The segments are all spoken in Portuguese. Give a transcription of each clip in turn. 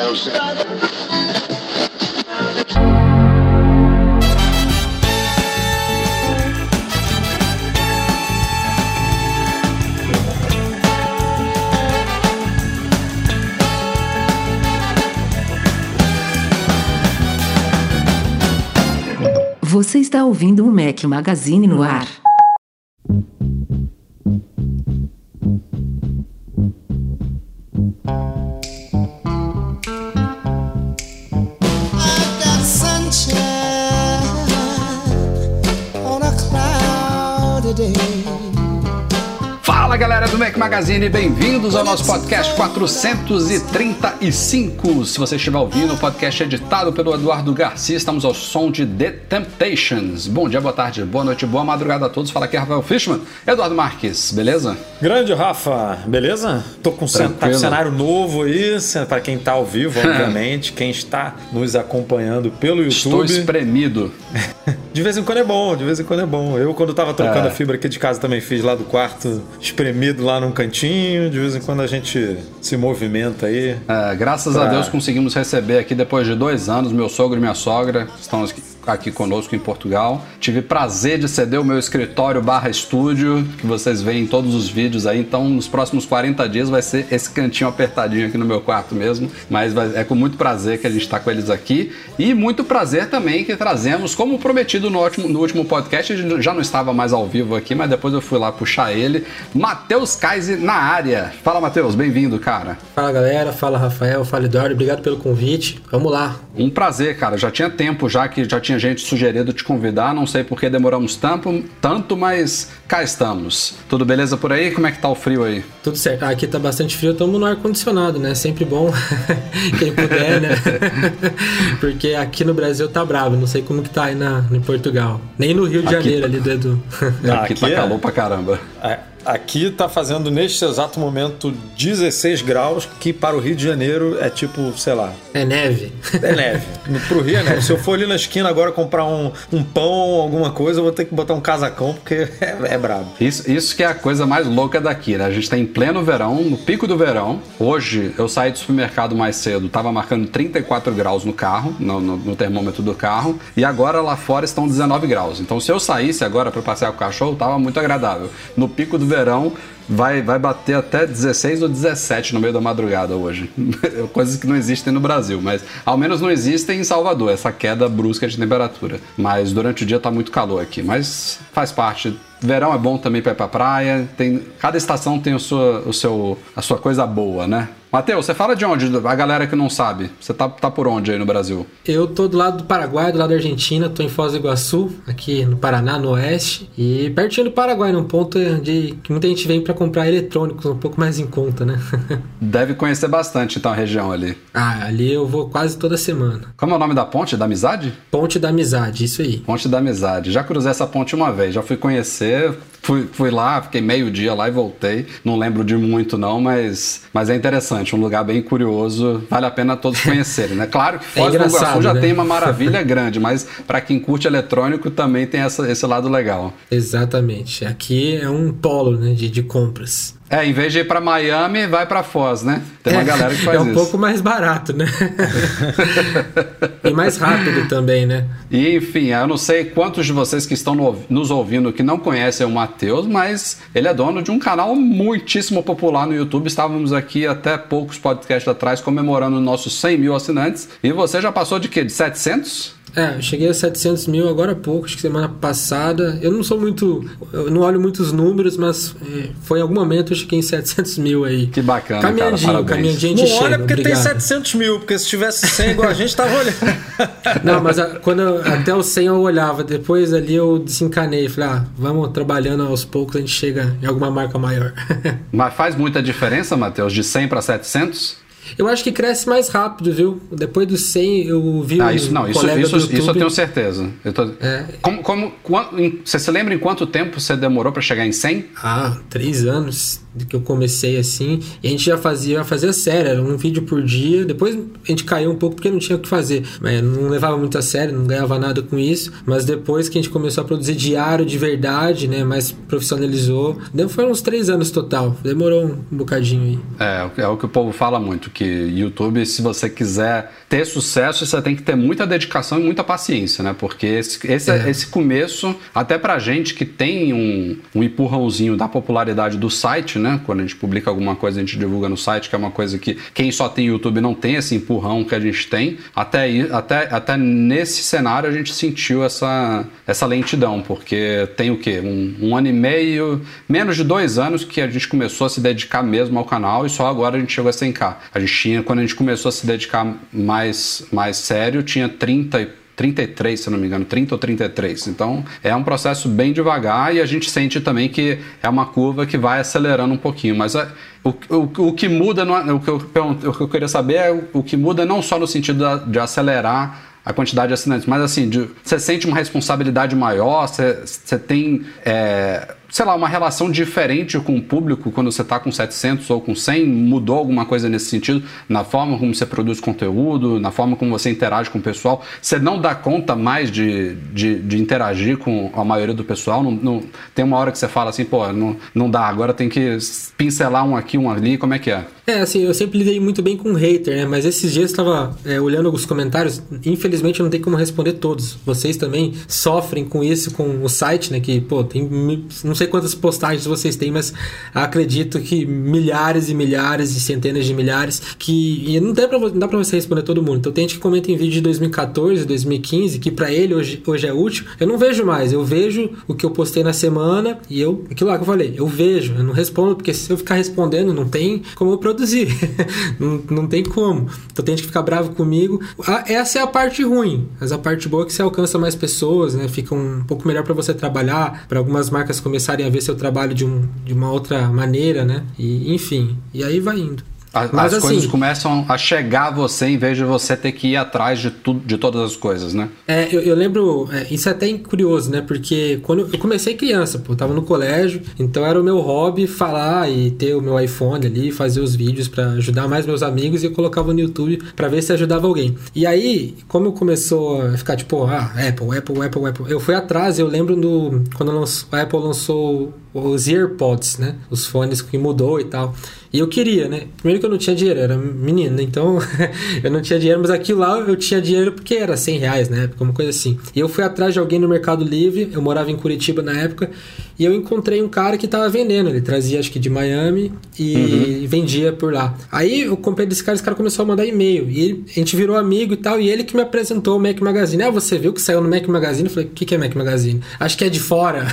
Você está ouvindo o Mac Magazine no ar. Fala galera do Mac Magazine, bem-vindos ao nosso podcast 435. Se você estiver ouvindo, o podcast é editado pelo Eduardo Garcia, estamos ao som de The Temptations. Bom dia, boa tarde, boa noite, boa madrugada a todos. Fala aqui Rafael Fishman, Eduardo Marques, beleza? Grande Rafa, beleza? Tô com um cenário novo aí, para quem tá ao vivo, obviamente, quem está nos acompanhando pelo YouTube. Estou espremido. De vez em quando é bom, de vez em quando é bom. Eu, quando tava trocando a fibra aqui de casa, também fiz lá do quarto, espremido lá num cantinho. De vez em quando a gente se movimenta aí. Graças a Deus conseguimos receber aqui, depois de 2 anos, meu sogro e minha sogra estão aqui conosco em Portugal. Tive prazer de ceder o meu escritório / estúdio, que vocês veem em todos os vídeos aí. Então, nos próximos 40 dias vai ser esse cantinho apertadinho aqui no meu quarto mesmo. Mas é com muito prazer que a gente está com eles aqui. E muito prazer também que trazemos, como prometido no último podcast, a gente já não estava mais ao vivo aqui, mas depois eu fui lá puxar ele. Matheus Kaise na área. Fala, Matheus, bem-vindo, cara. Fala, galera. Fala, Rafael. Fala, Eduardo. Obrigado pelo convite. Vamos lá. Um prazer, cara. Já tinha tempo que já tinha gente sugerido te convidar, não sei por que demoramos tanto, mas cá estamos. Tudo beleza por aí? Como é que tá o frio aí? Tudo certo. Aqui tá bastante frio, estamos no ar-condicionado, né? Sempre bom, quem puder, né? Porque aqui no Brasil tá bravo, não sei como que tá aí em Portugal. Nem no Rio de Janeiro ali do Edu. Aqui tá calor pra caramba. Aqui tá fazendo neste exato momento 16 graus, que para o Rio de Janeiro é tipo, sei lá... É neve. É neve. Pro Rio é neve. Se eu for ali na esquina agora comprar um pão, alguma coisa, eu vou ter que botar um casacão, porque é brabo. Isso que é a coisa mais louca daqui, né? A gente tá em pleno verão, no pico do verão. Hoje, eu saí do supermercado mais cedo, tava marcando 34 graus no carro, no termômetro do carro, e agora lá fora estão 19 graus. Então, se eu saísse agora para passear com o cachorro, tava muito agradável. No pico do verão, vai bater até 16 ou 17 no meio da madrugada hoje. Coisas que não existem no Brasil, mas ao menos não existem em Salvador, essa queda brusca de temperatura. Mas durante o dia tá muito calor aqui, mas faz parte. Verão é bom também para ir pra praia, cada estação tem a sua coisa boa, né? Matheus, você fala de onde? A galera que não sabe, você tá por onde aí no Brasil? Eu tô do lado do Paraguai, do lado da Argentina, tô em Foz do Iguaçu, aqui no Paraná, no oeste, e pertinho do Paraguai, num ponto que muita gente vem pra comprar eletrônicos um pouco mais em conta, né? Deve conhecer bastante então a região ali. Ali eu vou quase toda semana. Como é o nome da ponte? Da Amizade? Ponte da Amizade, isso aí. Ponte da Amizade. Já cruzei essa ponte uma vez, já fui conhecer, fui lá, fiquei meio dia lá e voltei. Não lembro de muito não, mas é interessante, um lugar bem curioso, vale a pena todos conhecerem, né? Claro que Foz do Iguaçu já tem uma maravilha grande, mas para quem curte eletrônico também tem esse lado legal. Exatamente, aqui é um polo, né, de compras. Em vez de ir pra Miami, vai pra Foz, né? Tem uma galera que faz isso. É um pouco mais barato, né? E mais rápido também, né? E, enfim, eu não sei quantos de vocês que estão nos ouvindo que não conhecem o Matheus, mas ele é dono de um canal muitíssimo popular no YouTube. Estávamos aqui até poucos podcasts atrás comemorando nossos 100 mil assinantes. E você já passou de quê? De 700? Eu cheguei a 700 mil agora há pouco, acho que semana passada. Eu não olho muitos números, mas foi em algum momento eu cheguei em 700 mil aí. Que bacana, caminhandinho, cara, parabéns. A gente não chega, olha porque obrigado. Tem 700 mil, porque se tivesse 100 igual a gente tava olhando. Não, mas até os 100 eu olhava, depois ali eu desencanei, falei, vamos trabalhando aos poucos, a gente chega em alguma marca maior. Mas faz muita diferença, Matheus, de 100 para 700? Eu acho que cresce mais rápido, viu? Depois dos 100 eu vi isso eu tenho certeza. Você se lembra em quanto tempo você demorou para chegar em 100? 3 anos que eu comecei assim, e a gente já fazia sério, era um vídeo por dia. Depois a gente caiu um pouco porque não tinha o que fazer, mas não levava muito a sério, não ganhava nada com isso. Mas depois que a gente começou a produzir diário de verdade, né, mais profissionalizou, foram uns 3 anos total, demorou um bocadinho aí. É o que o povo fala muito, que YouTube, se você quiser ter sucesso, você tem que ter muita dedicação e muita paciência, né? Porque esse começo, até pra gente que tem um empurrãozinho da popularidade do site, né? Quando a gente publica alguma coisa, a gente divulga no site, que é uma coisa que quem só tem YouTube não tem esse empurrão que a gente tem. Até nesse cenário a gente sentiu essa lentidão, porque tem o quê? Um ano e meio, menos de 2 anos que a gente começou a se dedicar mesmo ao canal, e só agora a gente chegou a 100k. Quando a gente começou a se dedicar mais sério, tinha 33, se não me engano, 30 ou 33. Então, é um processo bem devagar, e a gente sente também que é uma curva que vai acelerando um pouquinho. Mas o que muda, o que eu queria saber é o que muda não só no sentido de acelerar a quantidade de assinantes, mas assim, você sente uma responsabilidade maior, você tem, sei lá, uma relação diferente com o público quando você está com 700 ou com 100? Mudou alguma coisa nesse sentido? Na forma como você produz conteúdo, na forma como você interage com o pessoal? Você não dá conta mais de interagir com a maioria do pessoal? Não, tem uma hora que você fala assim, pô, não dá, agora tem que pincelar um aqui, um ali, como é que é? Assim, eu sempre lidei muito bem com hater, né? Mas esses dias eu estava olhando os comentários, infelizmente eu não tenho como responder todos. Vocês também sofrem com isso, com o site, né? Que, pô, tem não sei quantas postagens vocês têm, mas acredito que milhares e milhares e centenas de milhares, e não dá pra você responder todo mundo. Então tem gente que comenta em vídeo de 2014, 2015, que pra ele hoje é útil. Eu não vejo mais, eu vejo o que eu postei na semana e aquilo lá que eu falei, eu vejo, eu não respondo, porque se eu ficar respondendo, não tem como eu produzir. não tem como. Então tem gente que fica bravo comigo. Essa é a parte ruim, mas a parte boa é que você alcança mais pessoas, né? Fica um pouco melhor para você trabalhar, para algumas marcas começarem a ver seu trabalho de uma outra maneira, né? E enfim, e aí vai indo. As coisas começam a chegar a você em vez de você ter que ir atrás de todas as coisas, né? Eu lembro, isso é até curioso, né? Porque quando eu comecei criança, eu tava no colégio, então era o meu hobby falar e ter o meu iPhone ali, fazer os vídeos pra ajudar mais meus amigos, e eu colocava no YouTube pra ver se ajudava alguém. E aí, como começou a ficar tipo, Apple, eu fui atrás, eu lembro quando a Apple lançou os AirPods, né? Os fones que mudou e tal. E eu queria, né? Primeiro que eu não tinha dinheiro, era menino, então eu não tinha dinheiro, mas aquilo lá eu tinha dinheiro porque era R$100 na época, uma coisa assim. E eu fui atrás de alguém no Mercado Livre, eu morava em Curitiba na época, e eu encontrei um cara que tava vendendo, ele trazia acho que de Miami e vendia por lá. Aí eu comprei desse cara, esse cara começou a mandar e-mail, e a gente virou amigo e tal, e ele que me apresentou o Mac Magazine. Você viu que saiu no Mac Magazine? Eu falei, o que é Mac Magazine? Acho que é de fora.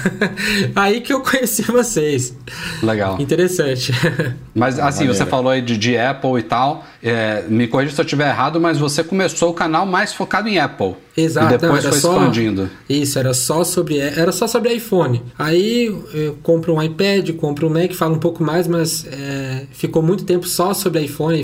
Aí que eu conheci vocês. Legal. Interessante. Mas assim, você falou aí de Apple e tal, me corrija se eu estiver errado, mas você começou o canal mais focado em Apple. Exato. E depois foi expandindo. Isso, era só sobre iPhone. Aí eu compro um iPad, compro um Mac, falo um pouco mais, mas ficou muito tempo só sobre iPhone.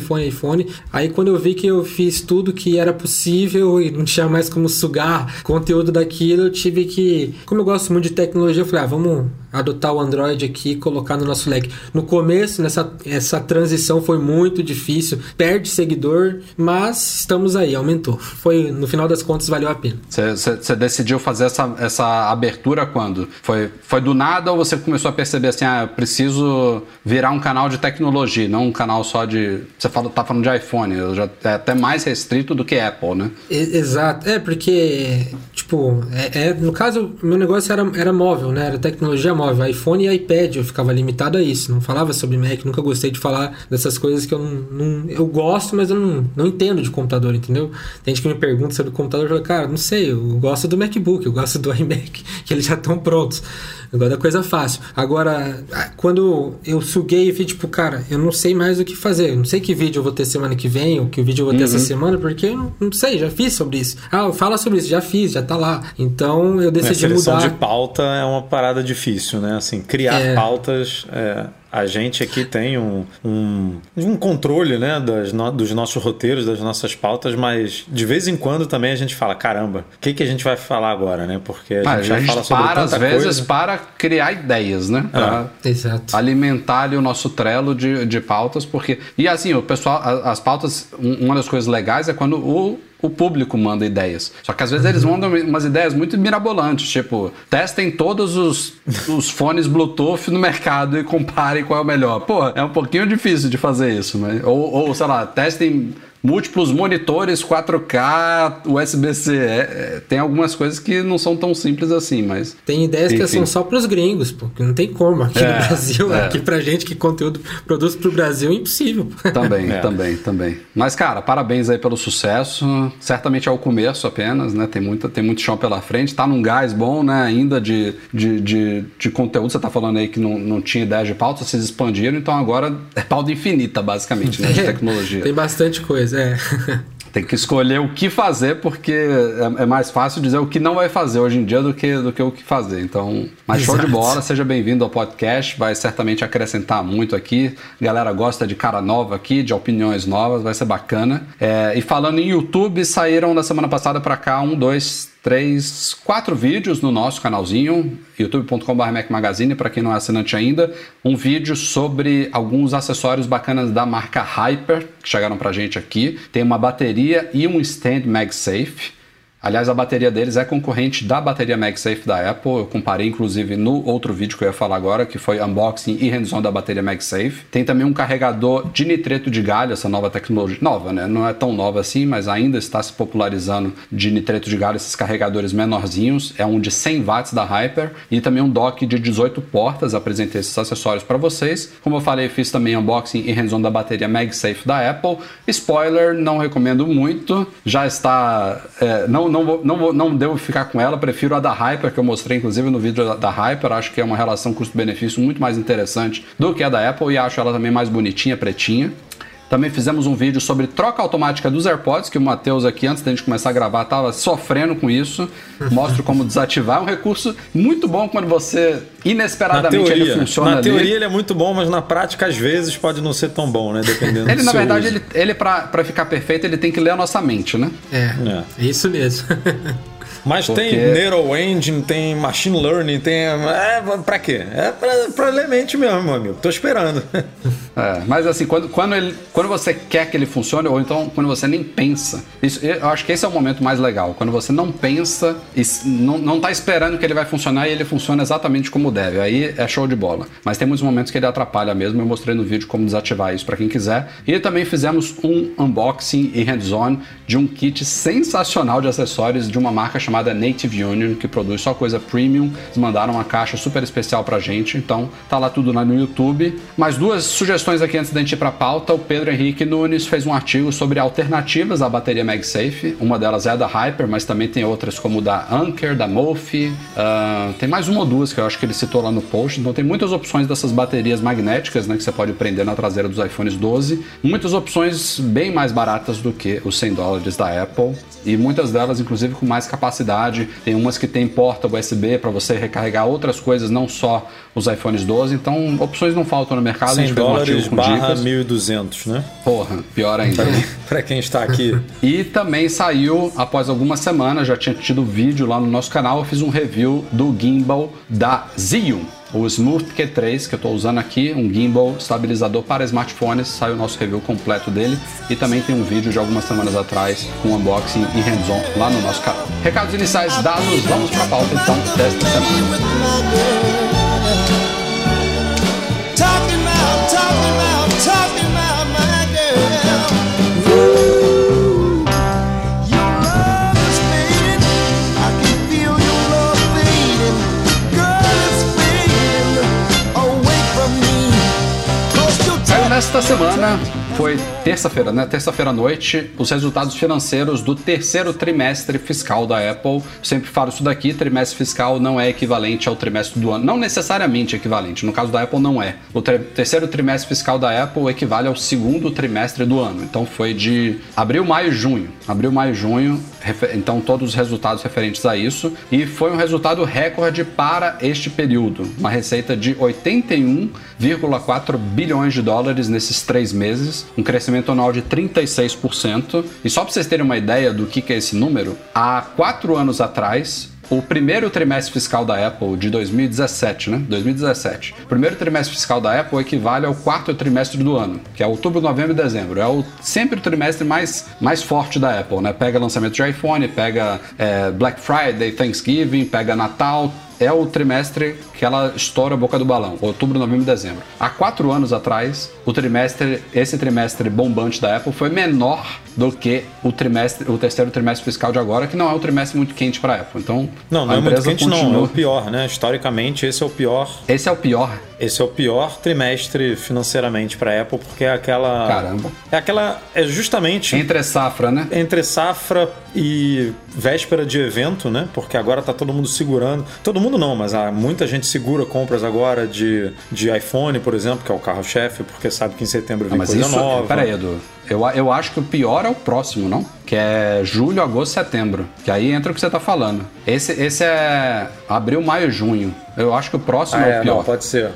Aí quando eu vi que eu fiz tudo que era possível e não tinha mais como sugar conteúdo daquilo, eu tive que... Como eu gosto muito de tecnologia, eu falei, vamos adotar o Android aqui e colocar no nosso leque. No começo, essa transição foi muito difícil, perde seguidor, mas estamos aí, aumentou. No final das contas, valeu a pena. Você decidiu fazer essa abertura quando? Foi do nada, ou você começou a perceber assim, eu preciso virar um canal de tecnologia, não um canal só de... Você tá falando de iPhone, já é até mais restrito do que Apple, né? Exato, porque, tipo, no caso, meu negócio era móvel, né? Era tecnologia móvel, iPhone e iPad, eu ficava limitado a isso, não falava sobre Mac, nunca gostei de falar dessas coisas que eu gosto, mas eu não entendo de computador, entendeu? Tem gente que me pergunta sobre o computador, eu falo, cara, não sei, eu gosto do MacBook, eu gosto do iMac, que eles já estão prontos. Eu gosto da coisa fácil. Agora, quando eu suguei e vi, tipo, cara, eu não sei mais o que fazer. Eu não sei que vídeo eu vou ter semana que vem, ou que vídeo eu vou ter essa semana, porque eu não sei, já fiz sobre isso. Fala sobre isso, já fiz, já tá lá. Então, eu decidi mudar. Seleção de pauta é uma parada difícil, né? Assim, criar pautas... A gente aqui tem um controle, né, dos nossos roteiros, das nossas pautas, mas de vez em quando também a gente fala, caramba, o que a gente vai falar agora, né? Porque a gente já fala sobre tanta coisa. Às vezes para criar ideias, né? Para alimentar ali o nosso trelo de pautas, porque... E assim, o pessoal, as pautas, uma das coisas legais é quando o público manda ideias. Só que às vezes eles mandam umas ideias muito mirabolantes, tipo, testem todos os fones Bluetooth no mercado e comparem qual é o melhor. Pô, é um pouquinho difícil de fazer isso, mas, ou sei lá, testem múltiplos monitores 4K USB-C. Tem algumas coisas que não são tão simples assim, mas... Tem ideias que são só pros gringos, pô, que não tem como. Aqui no Brasil, aqui pra gente que conteúdo produz pro Brasil, é impossível. Também. Mas, cara, parabéns aí pelo sucesso. Certamente é o começo apenas, né? Tem muito chão pela frente. Tá num gás bom, né? Ainda de conteúdo. Você tá falando aí que não tinha ideia de pauta, vocês expandiram, então agora é pauta infinita, basicamente, né? De tecnologia. Tem bastante coisa, Tem que escolher o que fazer, porque é mais fácil dizer o que não vai fazer hoje em dia do que o que fazer. Então, mas show de bola, seja bem-vindo ao podcast, vai certamente acrescentar muito aqui. A galera gosta de cara nova aqui, de opiniões novas, vai ser bacana. E falando em YouTube, saíram na semana passada pra cá 4 vídeos no nosso canalzinho, youtube.com/Mac Magazine, para quem não é assinante ainda. Um vídeo sobre alguns acessórios bacanas da marca Hyper, que chegaram pra gente aqui. Tem uma bateria e um stand MagSafe. Aliás, a bateria deles é concorrente da bateria MagSafe da Apple. Eu comparei, inclusive, no outro vídeo que eu ia falar agora, que foi unboxing e hands-on da bateria MagSafe. Tem também um carregador de nitreto de galho, essa nova tecnologia. Nova, né? Não é tão nova assim, mas ainda está se popularizando de nitreto de galho, esses carregadores menorzinhos. É um de 100 watts da Hyper e também um dock de 18 portas. Apresentei esses acessórios para vocês. Como eu falei, fiz também unboxing e hands-on da bateria MagSafe da Apple. Spoiler, não recomendo muito. Já está... Não devo ficar com ela, prefiro a da Hyper, que eu mostrei inclusive no vídeo da Hyper. Acho que é uma relação custo-benefício muito mais interessante do que a da Apple e acho ela também mais bonitinha, pretinha. Também fizemos um vídeo sobre troca automática dos AirPods, que o Matheus aqui, antes da gente começar a gravar, estava sofrendo com isso. Mostro como desativar. É um recurso muito bom quando você, inesperadamente, ele funciona. Na teoria ele é muito bom, mas na prática, às vezes, pode não ser tão bom, né? Dependendo ele, na verdade, ele para ficar perfeito, ele tem que ler a nossa mente, né? É isso mesmo. Mas tem Neural Engine, tem Machine Learning, tem... pra quê? Pra ler mente mesmo, meu amigo. Tô esperando. Mas assim, quando você quer que ele funcione, ou então quando você nem pensa, eu acho que esse é o momento mais legal. Quando você não pensa, e não tá esperando que ele vai funcionar e ele funciona exatamente como deve. Aí é show de bola. Mas tem muitos momentos que ele atrapalha mesmo. Eu mostrei no vídeo como desativar isso pra quem quiser. E também fizemos um unboxing e hands-on de um kit sensacional de acessórios de uma marca chamada Native Union, que produz só coisa premium. Eles mandaram uma caixa super especial pra gente, então tá lá tudo lá no YouTube. Mais 2 sugestões aqui antes da gente ir pra pauta. O Pedro Henrique Nunes fez um artigo sobre alternativas à bateria MagSafe. Uma delas é a da Hyper, mas também tem outras como da Anker, da Mophie. Tem mais 1 ou 2 que eu acho que ele citou lá no post. Então tem muitas opções dessas baterias magnéticas, né, que você pode prender na traseira dos iPhones 12. Muitas opções bem mais baratas do que os $100 da Apple. E muitas delas, inclusive, com mais capacidade. Tem umas que tem porta USB para você recarregar outras coisas, não só os iPhones 12. Então, opções não faltam no mercado. $100 barra 1.200, né? Porra, pior ainda. Para quem está aqui. E também saiu, após algumas semanas, já tinha tido vídeo lá no nosso canal, eu fiz um review do gimbal da Zhiyun. O Smooth Q3, que eu estou usando aqui, um gimbal estabilizador para smartphones. Saiu o nosso review completo dele. E também tem um vídeo de algumas semanas atrás com unboxing e hands-on lá no nosso canal. Recados iniciais dados, vamos para a pauta então desta semana. Nesta semana, foi terça-feira, né? Terça-feira à noite, os resultados financeiros do terceiro trimestre fiscal da Apple. Sempre falo isso daqui, trimestre fiscal não é equivalente ao trimestre do ano. Não necessariamente equivalente, no caso da Apple não é. O terceiro trimestre fiscal da Apple equivale ao segundo trimestre do ano. Então foi de abril, maio, junho. Abril, maio, junho, então todos os resultados referentes a isso. E foi um resultado recorde para este período. Uma receita de 81,4 bilhões de dólares nesses 3 meses, um crescimento anual de 36%. E só para vocês terem uma ideia do que é esse número, há 4 anos atrás, o primeiro trimestre fiscal da Apple de 2017, né? 2017. O primeiro trimestre fiscal da Apple equivale ao quarto trimestre do ano, que é outubro, novembro e dezembro. É sempre o trimestre mais forte da Apple, né? Pega lançamento de iPhone, pega Black Friday, Thanksgiving, pega Natal. É o trimestre que ela estoura a boca do balão, outubro, novembro e dezembro. Há 4 anos atrás, esse trimestre bombante da Apple foi menor do que o terceiro trimestre fiscal de agora, que não é um trimestre muito quente para a Apple. Então, não é muito quente, não, é o pior, né? Historicamente, esse é o pior. Esse é o pior? Esse é o pior trimestre financeiramente para a Apple, porque é aquela... Caramba. É justamente... Entre safra, né? Entre safra e véspera de evento, né? Porque agora tá todo mundo segurando. Todo mundo não, mas muita gente segura compras agora de iPhone, por exemplo, que é o carro-chefe, porque sabe que em setembro vem coisa nova. Peraí, Edu. Eu acho que o pior é o próximo, não? Que é julho, agosto, setembro. Que aí entra o que você tá falando. Esse é abril, maio, junho. Eu acho que o próximo é o pior. Não, pode ser.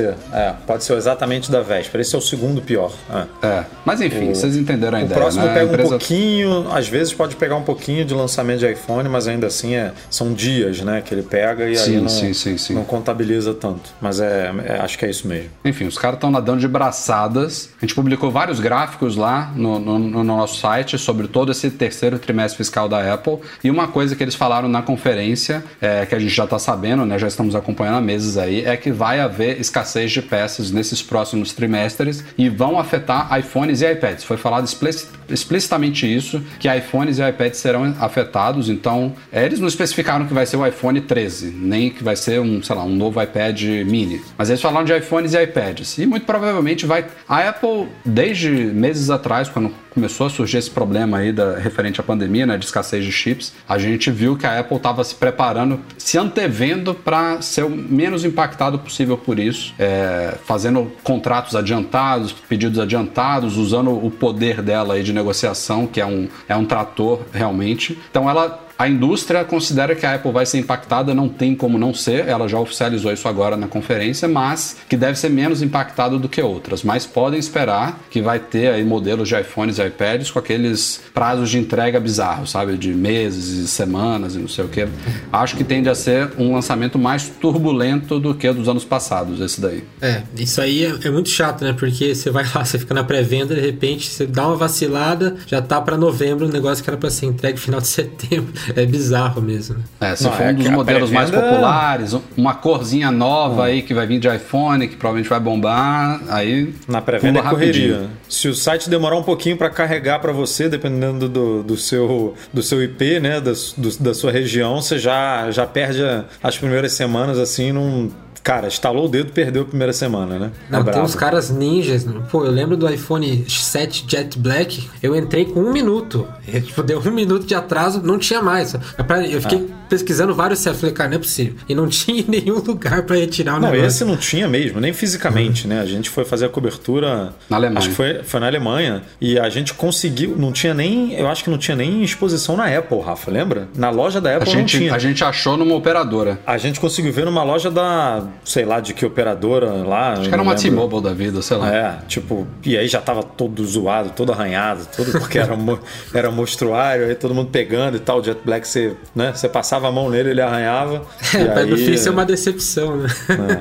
Pode ser exatamente da véspera. Esse é o segundo pior. Mas enfim, vocês entenderam a ideia, né? O próximo pega um pouquinho, às vezes pode pegar um pouquinho de lançamento de iPhone, mas ainda assim são dias, né, que ele pega e aí não contabiliza tanto. Mas acho que é isso mesmo. Enfim, os caras estão nadando de braçadas. A gente publicou vários gráficos lá no nosso site sobre todo esse terceiro trimestre fiscal da Apple. E uma coisa que eles falaram na conferência, que a gente já está sabendo, né, já estamos acompanhando há meses aí, é que vai haver escassez de peças nesses próximos trimestres e vão afetar iPhones e iPads. Foi falado explicitamente isso, que iPhones e iPads serão afetados. Então, eles não especificaram que vai ser o iPhone 13, nem que vai ser um novo iPad mini. Mas eles falaram de iPhones e iPads. E muito provavelmente a Apple, desde meses atrás, quando começou a surgir esse problema aí referente à pandemia, né, de escassez de chips, a gente viu que a Apple estava se preparando, se antevendo para ser o menos impactado possível por isso, fazendo contratos adiantados, pedidos adiantados, usando o poder dela aí de negociação, que é um trator realmente. Então a indústria considera que a Apple vai ser impactada, não tem como não ser, ela já oficializou isso agora na conferência, mas que deve ser menos impactada do que outras. Mas podem esperar que vai ter aí modelos de iPhones e iPads com aqueles prazos de entrega bizarros, sabe? De meses e semanas e não sei o que. Acho que tende a ser um lançamento mais turbulento do que dos anos passados, esse daí. Isso aí é muito chato, né? Porque você vai lá, você fica na pré-venda, de repente você dá uma vacilada, já tá para novembro, um negócio que era para ser entregue no final de setembro. É bizarro mesmo. Se for um dos modelos mais populares, uma corzinha nova aí que vai vir de iPhone, que provavelmente vai bombar, aí na pré-venda é correria. Se o site demorar um pouquinho para carregar para você, dependendo do seu IP, né, da sua região, você já perde as primeiras semanas assim num... Cara, estalou o dedo, perdeu a primeira semana, né? Não, tem uns caras ninjas. Pô, eu lembro do iPhone 7 Jet Black, eu entrei com 1 minuto. Deu 1 minuto de atraso, não tinha mais. Eu fiquei pesquisando vários sites, falei, cara, não é possível. E não tinha nenhum lugar pra retirar o negócio. Não, esse não tinha mesmo, nem fisicamente, né? A gente foi fazer a cobertura... Na Alemanha. Acho que foi na Alemanha. E a gente conseguiu... Eu acho que não tinha nem exposição na Apple, Rafa, lembra? Na loja da Apple não tinha. A gente achou numa operadora. A gente conseguiu ver numa loja sei lá de que operadora lá. Acho que era uma T-Mobile da vida, sei lá. E aí já tava todo zoado, todo arranhado, porque era mostruário, aí todo mundo pegando e tal. O Jet Black, você passava a mão nele, ele arranhava. No fim, isso é uma decepção, né?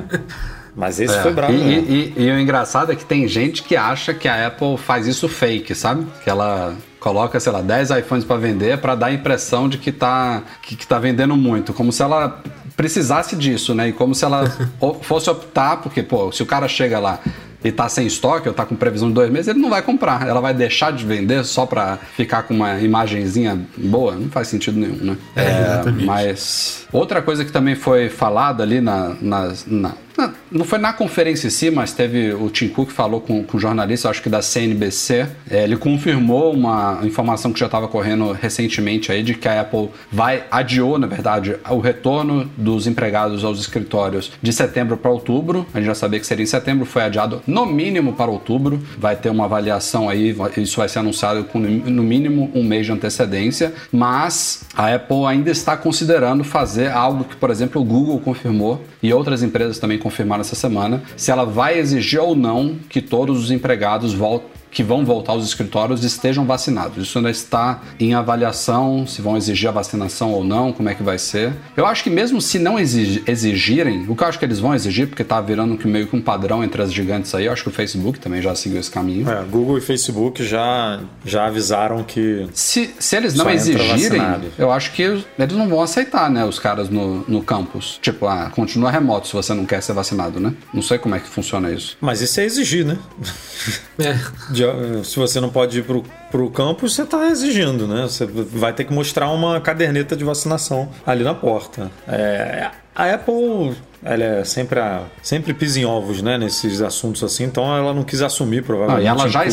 Mas esse foi bravo. E o engraçado é que tem gente que acha que a Apple faz isso fake, sabe? Que ela coloca, 10 iPhones para vender para dar a impressão de que tá vendendo muito, como se ela precisasse disso, né? E como se ela fosse optar, porque, se o cara chega lá e tá sem estoque, ou tá com previsão de 2 meses, ele não vai comprar. Ela vai deixar de vender só para ficar com uma imagenzinha boa? Não faz sentido nenhum, né? Mas outra coisa que também foi falada ali não foi na conferência em si, mas teve o Tim Cook falou com o jornalista, acho que da CNBC, ele confirmou uma informação que já estava correndo recentemente aí, de que a Apple adiou, na verdade, o retorno dos empregados aos escritórios de setembro para outubro. A gente já sabia que seria em setembro, foi adiado no mínimo para outubro. Vai ter uma avaliação aí, isso vai ser anunciado com no mínimo 1 mês de antecedência, mas a Apple ainda está considerando fazer algo que, por exemplo, o Google confirmou e outras empresas também confirmaram essa semana, se ela vai exigir ou não que todos os empregados que vão voltar aos escritórios estejam vacinados. Isso ainda está em avaliação, se vão exigir a vacinação ou não, como é que vai ser. Eu acho que mesmo se não exigirem, o que eu acho que eles vão exigir, porque tá virando meio que um padrão entre as gigantes aí, eu acho que o Facebook também já seguiu esse caminho. Google e Facebook já avisaram que... Se eles não exigirem, eu acho que eles não vão aceitar, né, os caras no campus. Tipo, continua remoto se você não quer ser vacinado, né? Não sei como é que funciona isso. Mas isso é exigir, né? Se você não pode ir pro campus, você tá exigindo, né? Você vai ter que mostrar uma caderneta de vacinação ali na porta. A Apple... ela é sempre pisa em ovos, né, nesses assuntos assim, então ela não quis assumir, provavelmente. E ela já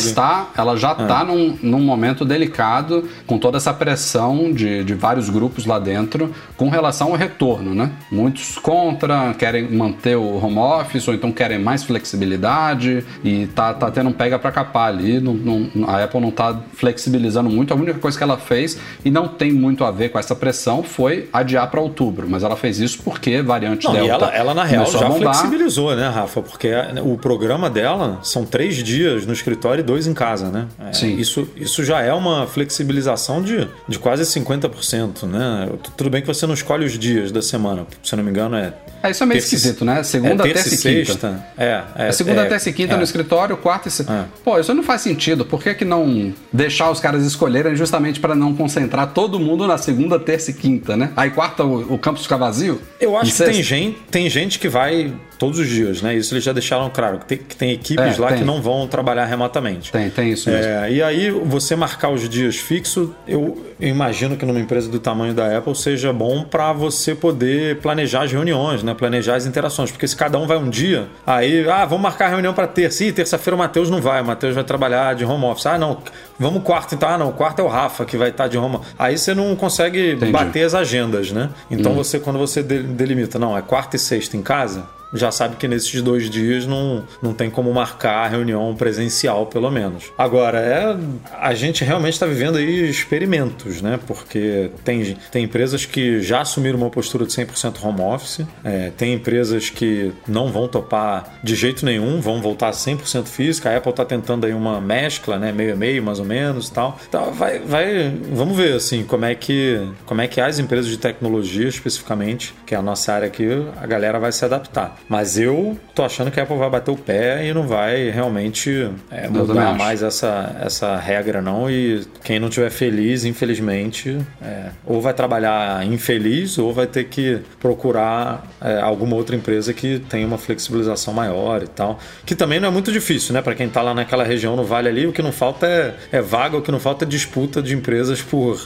está num momento delicado, com toda essa pressão de vários grupos lá dentro, com relação ao retorno, né? Muitos contra, querem manter o home office, ou então querem mais flexibilidade, e tá tendo um pega pra capar ali. A Apple não tá flexibilizando muito, a única coisa que ela fez, e não tem muito a ver com essa pressão, foi adiar para outubro, mas ela fez isso porque variante Delta... Ela, na real, já flexibilizou, né, Rafa? Porque o programa dela são 3 dias no escritório e 2 em casa, né? Sim. Isso já é uma flexibilização de quase 50%, né? Tudo bem que você não escolhe os dias da semana, se não me engano, isso é meio esquisito, né? Segunda, terça e quinta. Sexta. Segunda, terça e quinta no escritório, quarta e sexta. Pô, isso não faz sentido. Por que não deixar os caras escolherem justamente para não concentrar todo mundo na segunda, terça e quinta, né? Aí quarta o campus fica vazio? Eu acho que tem gente que vai todos os dias, né? Isso eles já deixaram claro, que tem equipes lá que não vão trabalhar remotamente. Tem isso mesmo. E aí, você marcar os dias fixos, eu imagino que numa empresa do tamanho da Apple seja bom para você poder planejar as reuniões, né? Planejar as interações, porque se cada um vai um dia, aí, vamos marcar a reunião para terça. Terça-feira o Matheus não vai, o Matheus vai trabalhar de home office. Não, vamos quarta, então. Quarta é o Rafa que vai estar de home office. Aí você não consegue bater as agendas, né? Então, quando você delimita, é quarta e sexta em casa, já sabe que nesses 2 dias não tem como marcar a reunião presencial, pelo menos. Agora, a gente realmente está vivendo aí experimentos, né? Porque tem empresas que já assumiram uma postura de 100% home office, tem empresas que não vão topar de jeito nenhum, vão voltar 100% física. A Apple está tentando aí uma mescla, né? Meio a meio, mais ou menos, e tal. Então, vamos ver, assim, como é que as empresas de tecnologia, especificamente, que é a nossa área aqui, a galera vai se adaptar. Mas eu tô achando que a Apple vai bater o pé e não vai realmente mudar mais essa regra, não. E quem não estiver feliz, infelizmente, ou vai trabalhar infeliz ou vai ter que procurar alguma outra empresa que tenha uma flexibilização maior e tal. Que também não é muito difícil, né? Para quem tá lá naquela região no Vale ali, o que não falta é vaga, o que não falta é disputa de empresas por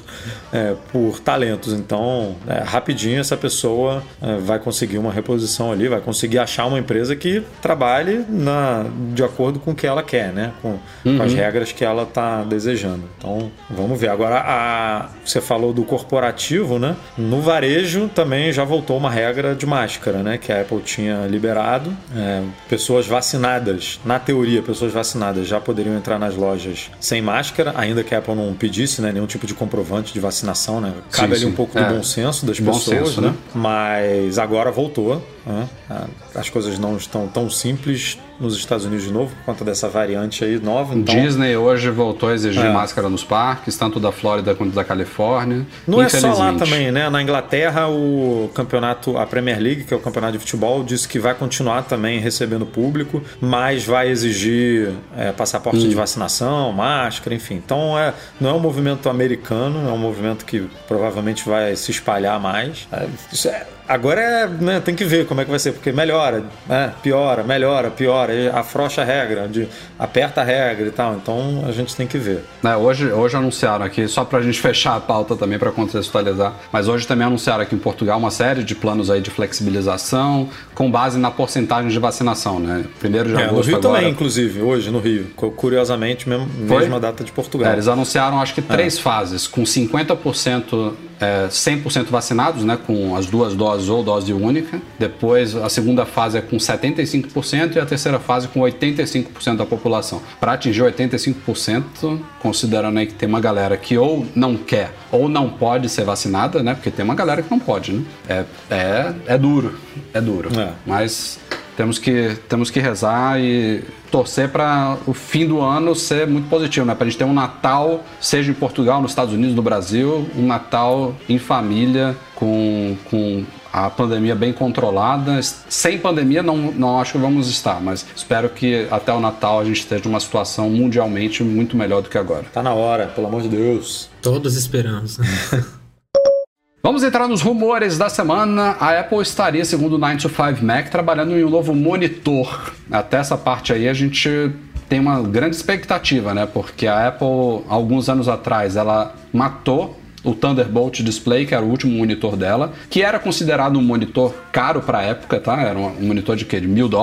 talentos. Então, rapidinho essa pessoa vai conseguir uma reposição ali, vai conseguir achar uma empresa que trabalhe de acordo com o que ela quer, né? Com as regras que ela está desejando. Então, vamos ver. Agora, você falou do corporativo, né? No varejo também já voltou uma regra de máscara, né? Que a Apple tinha liberado. Pessoas vacinadas, na teoria, pessoas vacinadas já poderiam entrar nas lojas sem máscara, ainda que a Apple não pedisse, né, nenhum tipo de comprovante de vacinação, né? Cabe ali um pouco do bom senso das pessoas, né? Mas agora voltou. As coisas não estão tão simples nos Estados Unidos de novo por conta dessa variante aí nova. Então... Disney hoje voltou a exigir máscara nos parques, tanto da Flórida quanto da Califórnia. Não é só lá também, né? Na Inglaterra, a Premier League, que é o campeonato de futebol, disse que vai continuar também recebendo público, mas vai exigir passaporte de vacinação, máscara, enfim. Então, não é um movimento americano, é um movimento que provavelmente vai se espalhar mais. Agora tem que ver como é que vai ser, porque melhora, piora, melhora, piora, afrouxa a regra, aperta a regra e tal, então a gente tem que ver. Hoje anunciaram aqui, só pra gente fechar a pauta também para contextualizar, mas hoje também anunciaram aqui em Portugal uma série de planos aí de flexibilização com base na porcentagem de vacinação, né? 1º de agosto no Rio agora... também, inclusive, hoje no Rio, curiosamente, mesma data de Portugal. Eles anunciaram acho que 3 fases, com 50%, 100% vacinados, né? Com as 2 doses ou dose única. Depois a segunda fase é com 75% e a terceira fase com 85% da população. Para atingir 85%, considerando aí que tem uma galera que ou não quer ou não pode ser vacinada, né? Porque tem uma galera que não pode, né? É duro. Mas temos que rezar e torcer para o fim do ano ser muito positivo, né? Para a gente ter um Natal, seja em Portugal, nos Estados Unidos, no Brasil, um Natal em família, com a pandemia bem controlada. Sem pandemia não acho que vamos estar, mas espero que até o Natal a gente esteja numa situação mundialmente muito melhor do que agora. Tá na hora, pelo amor de Deus. Todos esperamos, né? Vamos entrar nos rumores da semana. A Apple estaria, segundo o 9to5Mac, trabalhando em um novo monitor. Até essa parte aí a gente tem uma grande expectativa, né? Porque a Apple, alguns anos atrás, ela matou o Thunderbolt Display, que era o último monitor dela, que era considerado um monitor caro para a época, tá? Era um monitor de quê? De $1.000,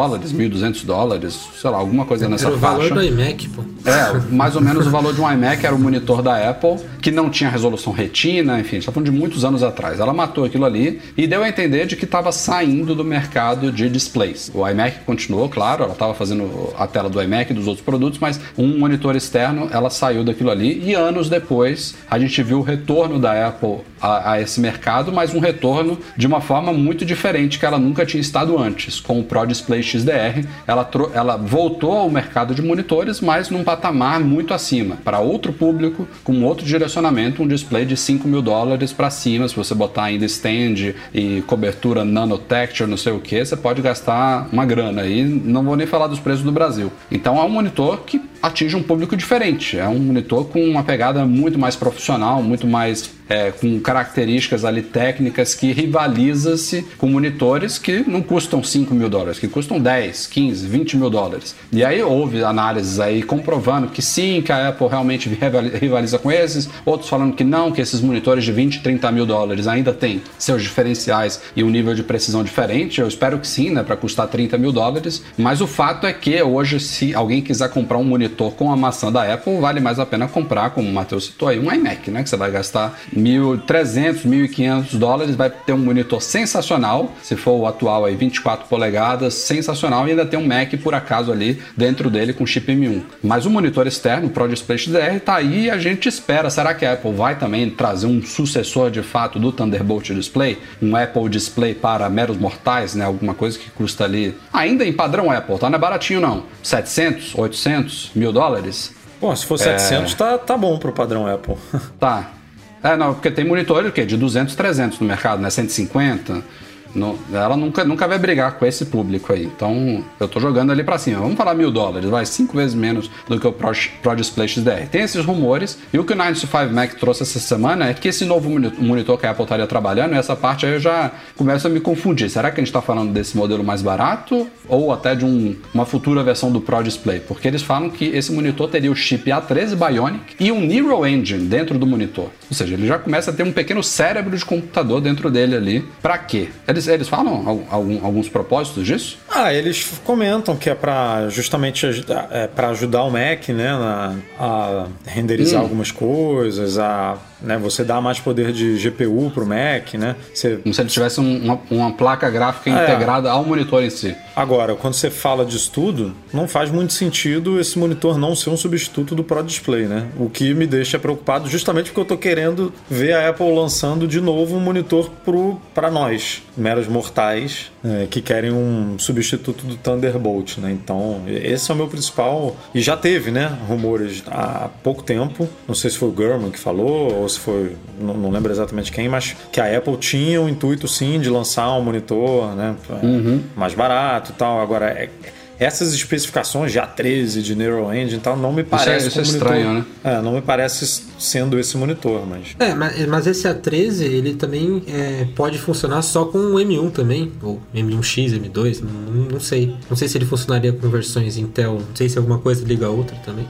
$1.200, sei lá, alguma coisa nessa faixa. Era o valor do iMac, pô. Mais ou menos o valor de um iMac era o monitor da Apple, que não tinha resolução retina, enfim, a gente tá falando de muitos anos atrás. Ela matou aquilo ali e deu a entender de que estava saindo do mercado de displays. O iMac continuou, claro, ela estava fazendo a tela do iMac e dos outros produtos, mas um monitor externo, ela saiu daquilo ali e anos depois a gente viu o retorno da Apple a esse mercado, mas um retorno de uma forma muito diferente que ela nunca tinha estado antes. Com o Pro Display XDR, ela voltou ao mercado de monitores, mas num patamar muito acima, para outro público, com outro direcionamento, um display de $5.000 para cima. Se você botar ainda stand e cobertura nanotexture, não sei o que, você pode gastar uma grana, e não vou nem falar dos preços do Brasil. Então é um monitor que atinge um público diferente, é um monitor com uma pegada muito mais profissional, muito mais com características ali técnicas, que rivaliza-se com monitores que não custam $5.000, que custam 10, 15, $20.000. E aí houve análises aí comprovando que sim, que a Apple realmente rivaliza com esses, outros falando que não, que esses monitores de 20, 30 mil dólares ainda têm seus diferenciais e um nível de precisão diferente. Eu espero que sim, né, para custar $30.000, mas o fato é que hoje, se alguém quiser comprar um monitor com a maçã da Apple, vale mais a pena comprar, como o Matheus citou aí, um iMac, né, que você vai gastar $1.300, $1.500, vai ter um monitor sensacional, se for o atual aí, 24 polegadas, sensacional, e ainda tem um Mac por acaso ali dentro dele com chip M1. Mas o monitor externo, o Pro Display XDR, tá aí e a gente espera. Será que a Apple vai também trazer um sucessor de fato do Thunderbolt Display? Um Apple Display para meros mortais, né? Alguma coisa que custa ali, ainda em padrão Apple, tá? Não é baratinho não, 700, 800, $1.000. Bom, se for 700 tá bom pro padrão Apple. Tá. Não, porque tem monitores de 200, 300 no mercado, né? 150. Ela nunca vai brigar com esse público aí. Então, eu tô jogando ali pra cima. Vamos falar $1.000, vai 5 vezes menos do que o Pro Display XDR. Tem esses rumores, e o que o 9to5Mac trouxe essa semana é que esse novo monitor que a Apple estaria trabalhando, essa parte aí eu já começo a me confundir. Será que a gente tá falando desse modelo mais barato ou até de uma futura versão do Pro Display? Porque eles falam que esse monitor teria o chip A13 Bionic e um Neural Engine dentro do monitor. Ou seja, ele já começa a ter um pequeno cérebro de computador dentro dele ali. Pra quê? Eles falam alguns propósitos disso? Eles comentam que é para justamente para ajudar o Mac, né, a renderizar algumas coisas, né, você dá mais poder de GPU pro Mac, né? Como se ele tivesse uma placa gráfica integrada ao monitor em si. Agora, quando você fala disso tudo, não faz muito sentido esse monitor não ser um substituto do Pro Display, né? O que me deixa preocupado justamente porque eu tô querendo ver a Apple lançando de novo um monitor para nós, meros mortais, que querem um substituto do Thunderbolt, né? Então, esse é o meu principal... E já teve, né, rumores há pouco tempo, não sei se foi o Gurman que falou, ou se foi... Não lembro exatamente quem, mas que a Apple tinha o intuito, sim, de lançar um monitor, né, mais barato e tal. Agora, essas especificações de A13, de Neural Engine e tal, não me parece isso é estranho, né? Não me parece sendo esse monitor, mas... mas esse A13, ele também pode funcionar só com o M1 também, ou M1X, M2, não sei. Não sei se ele funcionaria com versões Intel, não sei se alguma coisa liga a outra também.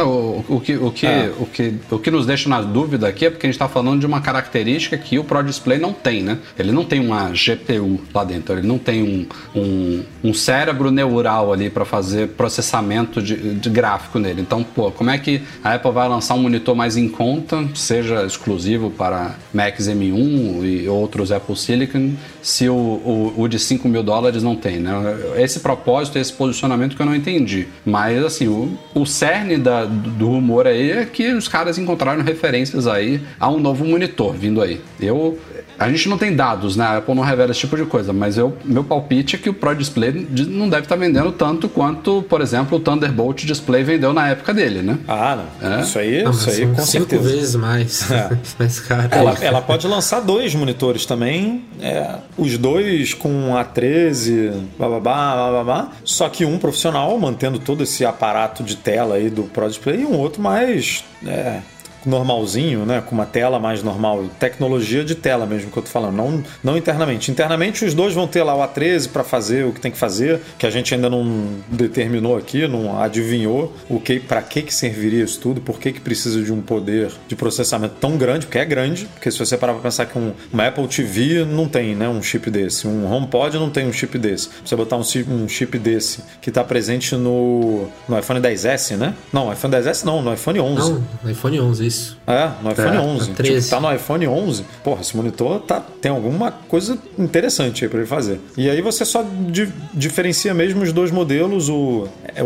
O que nos deixa na dúvida aqui é porque a gente está falando de uma característica que o Pro Display não tem, né? Ele não tem uma GPU lá dentro, ele não tem um cérebro neural ali para fazer processamento de gráfico nele. Então, como é que a Apple vai lançar um monitor mais em conta, seja exclusivo para Macs M1 e outros Apple Silicon, se o de $5.000 não tem, né? Esse propósito, esse posicionamento que eu não entendi. Mas, assim, o cerne do rumor aí é que os caras encontraram referências aí a um novo monitor vindo aí. A gente não tem dados, né? A Apple não revela esse tipo de coisa, mas meu palpite é que o Pro Display não deve estar vendendo tanto quanto, por exemplo, o Thunderbolt Display vendeu na época dele, né? Ah, não. Isso aí com certeza. 5 vezes mais. Mais caro. Ela pode lançar 2 monitores também, os 2 com A13, bababá, só que um profissional mantendo todo esse aparato de tela aí do Pro Display e um outro mais normalzinho, né? Com uma tela mais normal, tecnologia de tela mesmo que eu tô falando, não internamente. Internamente os dois vão ter lá o A13 para fazer o que tem que fazer, que a gente ainda não determinou aqui, não adivinhou para que serviria isso tudo, por que precisa de um poder de processamento tão grande, porque é grande, porque se você parar para pensar que uma Apple TV não tem, né, um chip desse, um HomePod não tem um chip desse. Você botar um chip desse que está presente no iPhone XS, né? Não, iPhone XS não, no iPhone 11. Não, no iPhone 11, isso. No iPhone 11. Tipo, tá no iPhone 11. Porra, esse monitor tem alguma coisa interessante aí pra ele fazer. E aí você só diferencia mesmo os 2 modelos, o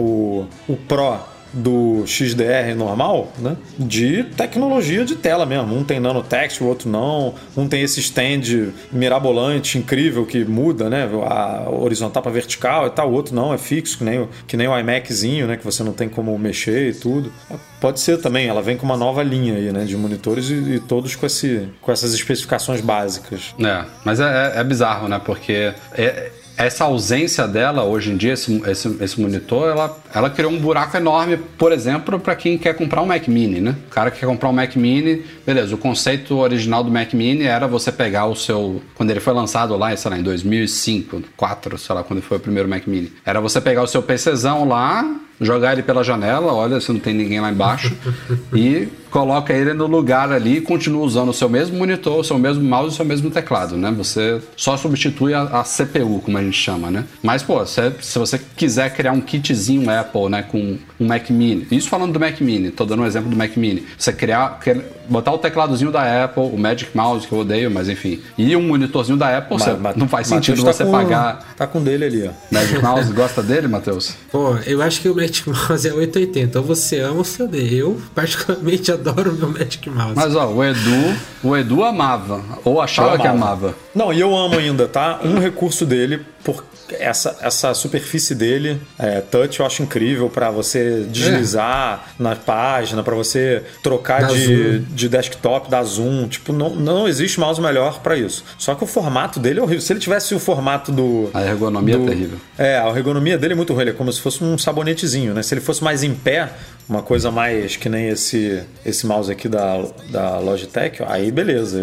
Pro do XDR normal, né? De tecnologia de tela mesmo. Um tem nanotext, o outro não. Um tem esse stand mirabolante, incrível, que muda, né? A horizontal para vertical e tal. O outro não, é fixo, que nem o iMaczinho, né? Que você não tem como mexer e tudo. Pode ser também, ela vem com uma nova linha aí, né? De monitores e todos com essas especificações básicas. Mas é bizarro, né? Porque essa ausência dela, hoje em dia, esse monitor, ela criou um buraco enorme, por exemplo, para quem quer comprar um Mac Mini, né? O cara que quer comprar um Mac Mini, beleza, o conceito original do Mac Mini era você pegar o seu... Quando ele foi lançado lá, sei lá, em 2005, 2004, sei lá, quando foi o primeiro Mac Mini. Era você pegar o seu PCzão lá, jogar ele pela janela, olha se não tem ninguém lá embaixo, e coloca ele no lugar ali e continua usando o seu mesmo monitor, o seu mesmo mouse e o seu mesmo teclado, né? Você só substitui a CPU, como a gente chama, né? Mas, pô, se você quiser criar um kitzinho Apple, né, com um Mac Mini, isso falando do Mac Mini, tô dando um exemplo do Mac Mini, você botar o tecladozinho da Apple, o Magic Mouse, que eu odeio, mas enfim, e um monitorzinho da Apple, não faz sentido você pagar... Tá com dele ali, ó. Magic Mouse, gosta dele, Matheus? Pô, eu acho que o Magic Mouse é 880, ou você ama ou você odeia. Eu, particularmente, adoro o meu Magic Mouse. Mas, ó, o Edu amava, ou achava que amava. Não, e eu amo ainda, tá? Um recurso dele, por essa superfície dele, touch, eu acho incrível para você deslizar na página, para você trocar de desktop, dar zoom. Tipo, não existe mouse melhor para isso. Só que o formato dele é horrível. Se ele tivesse o formato A ergonomia é terrível. A ergonomia dele é muito ruim. Ele é como se fosse um sabonetezinho, né? Se ele fosse mais em pé, uma coisa mais que nem esse mouse aqui da Logitech, aí beleza,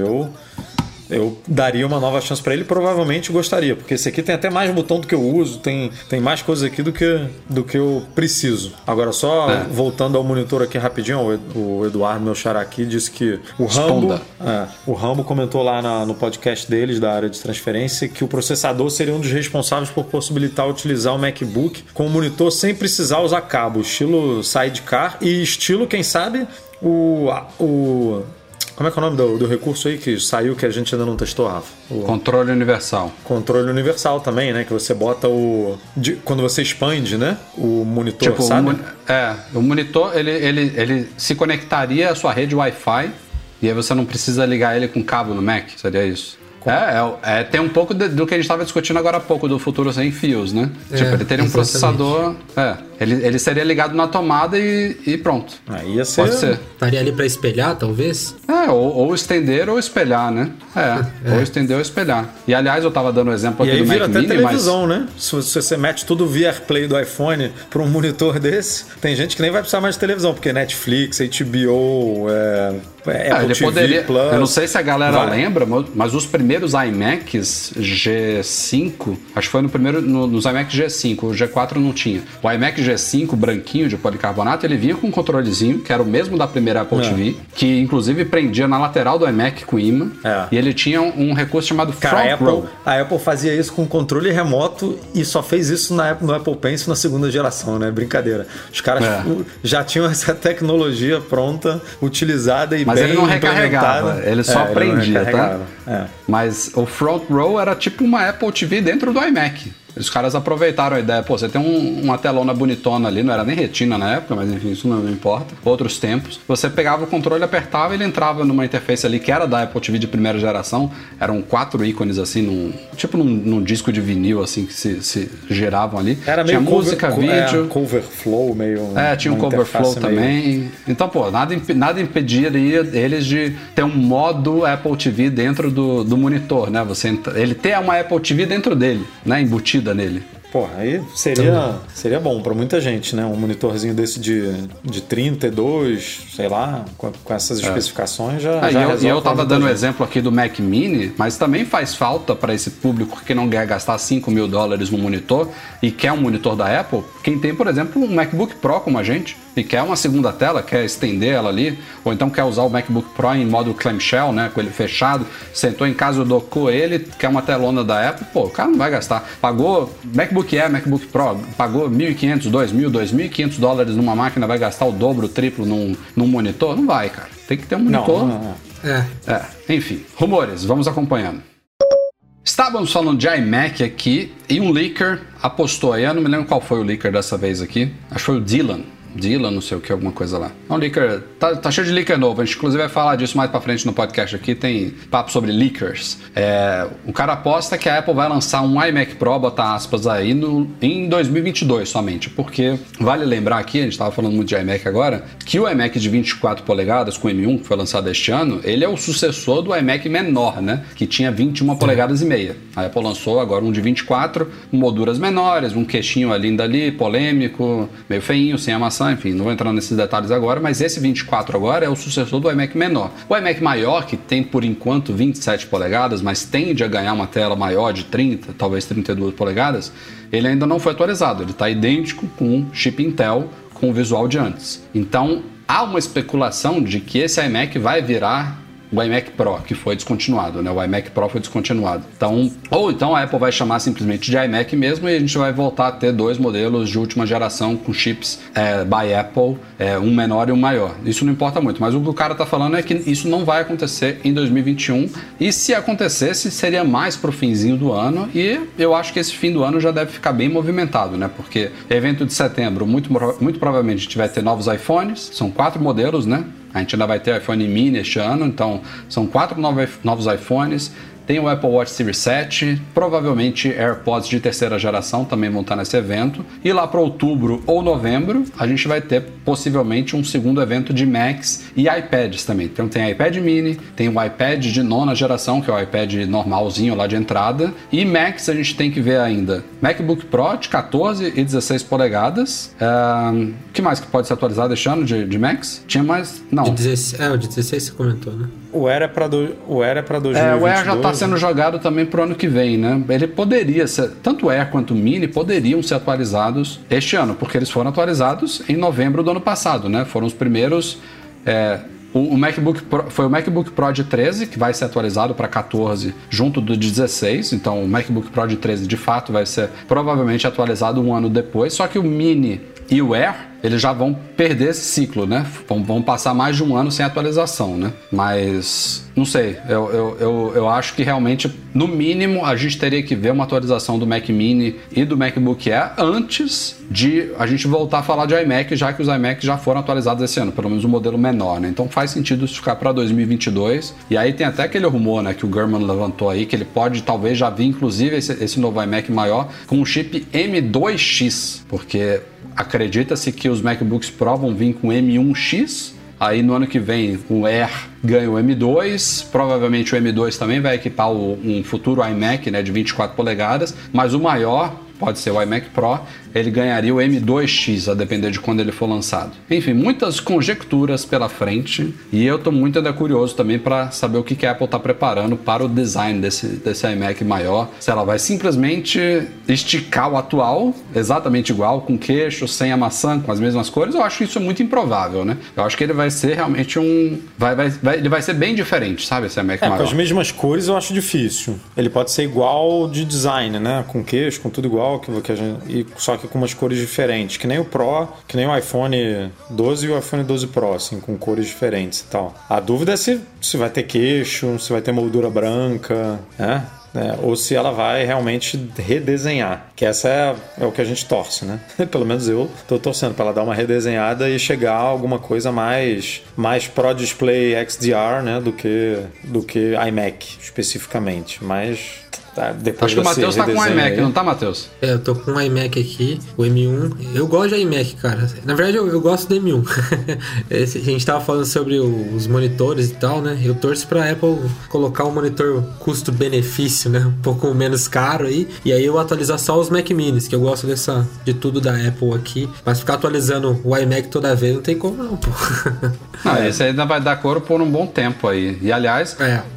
eu daria uma nova chance para ele, provavelmente gostaria, porque esse aqui tem até mais botão do que eu uso, tem mais coisas aqui do que eu preciso. Agora, só voltando ao monitor aqui rapidinho, o Eduardo, meu xará aqui, disse que o Rambo comentou lá no podcast deles, da área de transferência, que o processador seria um dos responsáveis por possibilitar utilizar o MacBook com o monitor sem precisar usar cabo, estilo sidecar e estilo, quem sabe, como é que é o nome do recurso aí que saiu que a gente ainda não testou, Rafa? Controle universal. Controle universal também, né? Que você bota quando você expande, né? O monitor, tipo, sabe? O monitor, ele se conectaria à sua rede Wi-Fi e aí você não precisa ligar ele com cabo no Mac, seria isso? Tem um pouco do que a gente estava discutindo agora há pouco, do futuro sem fios, né? Tipo, ele teria um processador... Ele seria ligado na tomada e pronto. Ia ser... Pode ser. Estaria ali para espelhar, talvez? Ou estender ou espelhar, né? Ou estender ou espelhar. E aliás, eu tava dando o exemplo aqui do Mac Mini, mas... E aí vira até televisão, né? Se você mete tudo via AirPlay do iPhone para um monitor desse, tem gente que nem vai precisar mais de televisão, porque Netflix, HBO, Apple ele TV poderia, Plus... Eu não sei se a galera lembra, mas os primeiros iMacs G5, acho que foi nos iMacs G5, o G4 não tinha. O iMac G5 branquinho de policarbonato, ele vinha com um controlezinho, que era o mesmo da primeira Apple TV, que inclusive prendia na lateral do iMac com imã, e ele tinha um recurso chamado Front Row. A Apple fazia isso com controle remoto e só fez isso no Apple Pencil na segunda geração, né? Brincadeira. Os caras já tinham essa tecnologia pronta, utilizada e mas bem ele não recarregava, ele só prendia, tá? É. Mas o Front Row era tipo uma Apple TV dentro do iMac. Os caras aproveitaram a ideia, pô, você tem uma telona bonitona ali, não era nem retina na época, mas enfim, isso não importa. Outros tempos. Você pegava o controle, apertava e ele entrava numa interface ali que era da Apple TV de primeira geração. Eram 4 ícones assim, num disco de vinil assim que se giravam ali. Era tinha meio música, vídeo. Coverflow, meio. Tinha um coverflow também. Então, pô, nada impediria eles de ter um modo Apple TV dentro do monitor, né? Ele ter uma Apple TV dentro dele, né? Embutida nele. Pô, aí seria bom pra muita gente, né? Um monitorzinho desse de 32, sei lá, com essas especificações já resolve. Eu tava dando o exemplo aqui do Mac Mini, mas também faz falta para esse público que não quer gastar $5.000 no monitor e quer um monitor da Apple, quem tem, por exemplo, um MacBook Pro como a gente e quer uma segunda tela, quer estender ela ali, ou então quer usar o MacBook Pro em modo clamshell, né, com ele fechado, sentou em casa, docou ele, quer uma telona da Apple, pô, o cara não vai gastar. Pagou MacBook Air, MacBook Pro, pagou $1.500, $2.500 numa máquina, vai gastar o dobro, o triplo num monitor? Não vai, cara. Tem que ter um monitor. Não. Enfim, rumores, vamos acompanhando. Estávamos falando de iMac aqui e um leaker apostou aí, eu não me lembro qual foi o leaker dessa vez aqui, acho que foi o Dylan, não sei o que, alguma coisa lá. É um leaker, tá cheio de leaker novo, a gente inclusive vai falar disso mais pra frente no podcast aqui, tem papo sobre leakers. O cara aposta que a Apple vai lançar um iMac Pro, botar aspas aí, em 2022 somente, porque vale lembrar aqui, a gente tava falando muito de iMac agora, que o iMac de 24 polegadas com M1, que foi lançado este ano, ele é o sucessor do iMac menor, né, que tinha 21 polegadas e meia. A Apple lançou agora um de 24, com molduras menores, um queixinho ali, polêmico, meio feinho, sem amassar. Enfim, não vou entrar nesses detalhes agora, mas esse 24 agora é o sucessor do iMac menor. O iMac maior, que tem por enquanto 27 polegadas, mas tende a ganhar uma tela maior de 30, talvez 32 polegadas, ele ainda não foi atualizado. Ele está idêntico com o chip Intel, com o visual de antes. Então, há uma especulação de que esse iMac vai virar o iMac Pro, que foi descontinuado, né? O iMac Pro foi descontinuado. Então a Apple vai chamar simplesmente de iMac mesmo e a gente vai voltar a ter 2 modelos de última geração com chips by Apple, um menor e um maior. Isso não importa muito, mas o que o cara tá falando é que isso não vai acontecer em 2021 e se acontecesse seria mais pro finzinho do ano e eu acho que esse fim do ano já deve ficar bem movimentado, né? Porque evento de setembro, muito provavelmente a gente vai ter novos iPhones, são 4 modelos, né? A gente ainda vai ter iPhone mini este ano, então são 4 novos iPhones. Tem o Apple Watch Series 7, provavelmente AirPods de terceira geração também vão estar nesse evento. E lá para outubro ou novembro, a gente vai ter possivelmente um segundo evento de Macs e iPads também. Então tem iPad mini, tem o iPad de 9ª geração, que é o iPad normalzinho lá de entrada. E Macs a gente tem que ver ainda. MacBook Pro de 14 e 16 polegadas. O que mais que pode ser atualizado este ano de Macs? Tinha mais? Não. O de 16 você comentou, né? O Air é para 2022. O Air já está sendo jogado também pro ano que vem, né? Ele poderia ser, tanto o Air quanto o Mini poderiam ser atualizados este ano, porque eles foram atualizados em novembro do ano passado, né? Foram os primeiros. O MacBook Pro, foi o MacBook Pro de 13 que vai ser atualizado para 14 junto do de 16, então o MacBook Pro de 13 de fato vai ser provavelmente atualizado um ano depois, só que o Mini e o Air eles já vão perder esse ciclo, né? Vão passar mais de um ano sem atualização, né? Mas, não sei, eu acho que realmente, no mínimo, a gente teria que ver uma atualização do Mac Mini e do MacBook Air antes de a gente voltar a falar de iMac, já que os iMacs já foram atualizados esse ano, pelo menos o modelo menor, né? Então faz sentido isso ficar para 2022. E aí tem até aquele rumor, né, que o Gurman levantou aí, que ele pode talvez já vir, inclusive, esse novo iMac maior com um chip M2X, porque acredita-se que os MacBooks Pro vão vir com M1X, aí no ano que vem o Air ganha o M2, provavelmente o M2 também vai equipar um futuro iMac, né, de 24 polegadas, mas o maior pode ser o iMac Pro, ele ganharia o M2X, a depender de quando ele for lançado. Enfim, muitas conjecturas pela frente, e eu estou muito ainda curioso também para saber o que a Apple está preparando para o design desse iMac maior, se ela vai simplesmente esticar o atual, exatamente igual, com queixo, sem a maçã, com as mesmas cores. Eu acho isso muito improvável, né? Eu acho que ele vai ser realmente ele vai ser bem diferente, sabe, esse iMac maior. Com as mesmas cores eu acho difícil. Ele pode ser igual de design, né? Com queixo, com tudo igual. Pro, só que com umas cores diferentes, que nem o Pro, que nem o iPhone 12 e o iPhone 12 Pro, assim, com cores diferentes e tal. A dúvida é se vai ter queixo, se vai ter moldura branca, né? Ou se ela vai realmente redesenhar, que essa é o que a gente torce, né? Pelo menos eu tô torcendo para ela dar uma redesenhada e chegar a alguma coisa mais Pro Display XDR, né, do que iMac especificamente, mas acho que o Matheus tá com um iMac, não tá, Matheus? Eu tô com um iMac aqui, o M1. Eu gosto de iMac, cara. Na verdade, eu gosto do M1. A gente tava falando sobre os monitores e tal, né? Eu torço pra Apple colocar um monitor custo-benefício, né? Um pouco menos caro aí. E aí eu atualizar só os Mac Minis, que eu gosto de tudo da Apple aqui. Mas ficar atualizando o iMac toda vez não tem como não, pô. Não, esse ainda vai dar cor por um bom tempo aí. E aliás,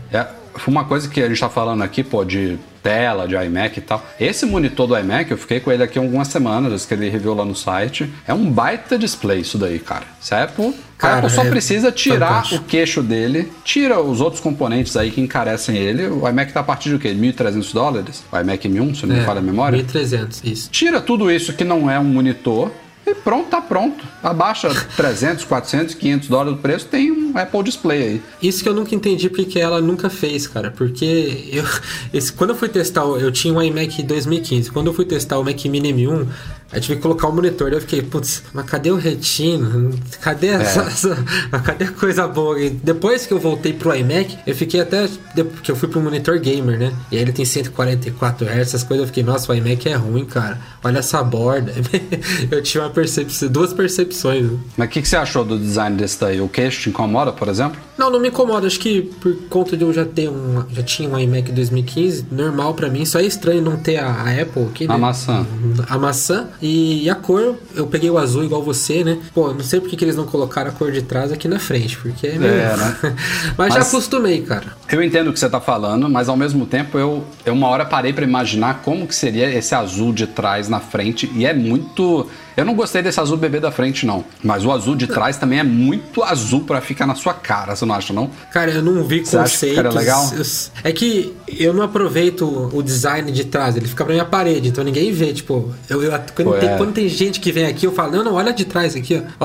uma coisa que a gente tá falando aqui, pô, de tela, de iMac e tal. Esse monitor do iMac, eu fiquei com ele aqui algumas semanas, que ele reviu lá no site. É um baita display isso daí, cara. A Apple só precisa tirar fantástico. O queixo dele, tira os outros componentes aí que encarecem ele. O iMac tá a partir de quê? $1.300? O iMac M1, se não me falha a memória? 1.300, isso. Tira tudo isso que não é um monitor e pronto, tá pronto. Abaixa $300, $400, $500 o preço, tem um Apple Display aí. Isso que eu nunca entendi porque ela nunca fez, cara. Porque quando eu fui testar, eu tinha um iMac 2015. Quando eu fui testar o Mac Mini M1, aí tive que colocar o monitor. Daí eu fiquei, putz, mas cadê o Retina? Cadê cadê a coisa boa? E depois que eu voltei pro iMac, eu fiquei até... Porque eu fui pro monitor gamer, né? E aí ele tem 144 Hz, essas coisas. Eu fiquei, nossa, o iMac é ruim, cara. Olha essa borda. Eu tinha duas percepções. Mas o que você achou do design desse daí? O queixo te incomoda, por exemplo? Não me incomoda. Acho que por conta de eu já tinha um iMac 2015, normal pra mim. Só é estranho não ter a Apple aqui, né? A maçã. E a cor, eu peguei o azul igual você, né? Pô, não sei porque que eles não colocaram a cor de trás aqui na frente, porque é meio... né? mas já acostumei, cara. Eu entendo o que você tá falando, mas ao mesmo tempo eu uma hora parei pra imaginar como que seria esse azul de trás na frente, e é muito... Eu não gostei desse azul bebê da frente, não. Mas o azul de trás também é muito azul pra ficar na sua cara, você não acha, não? Cara, eu não vi conceitos. Você acha que era legal? É que eu não aproveito o design de trás, ele fica pra minha parede, então ninguém vê, tipo... Quando tem gente que vem aqui, eu falo, não, olha de trás aqui, ó.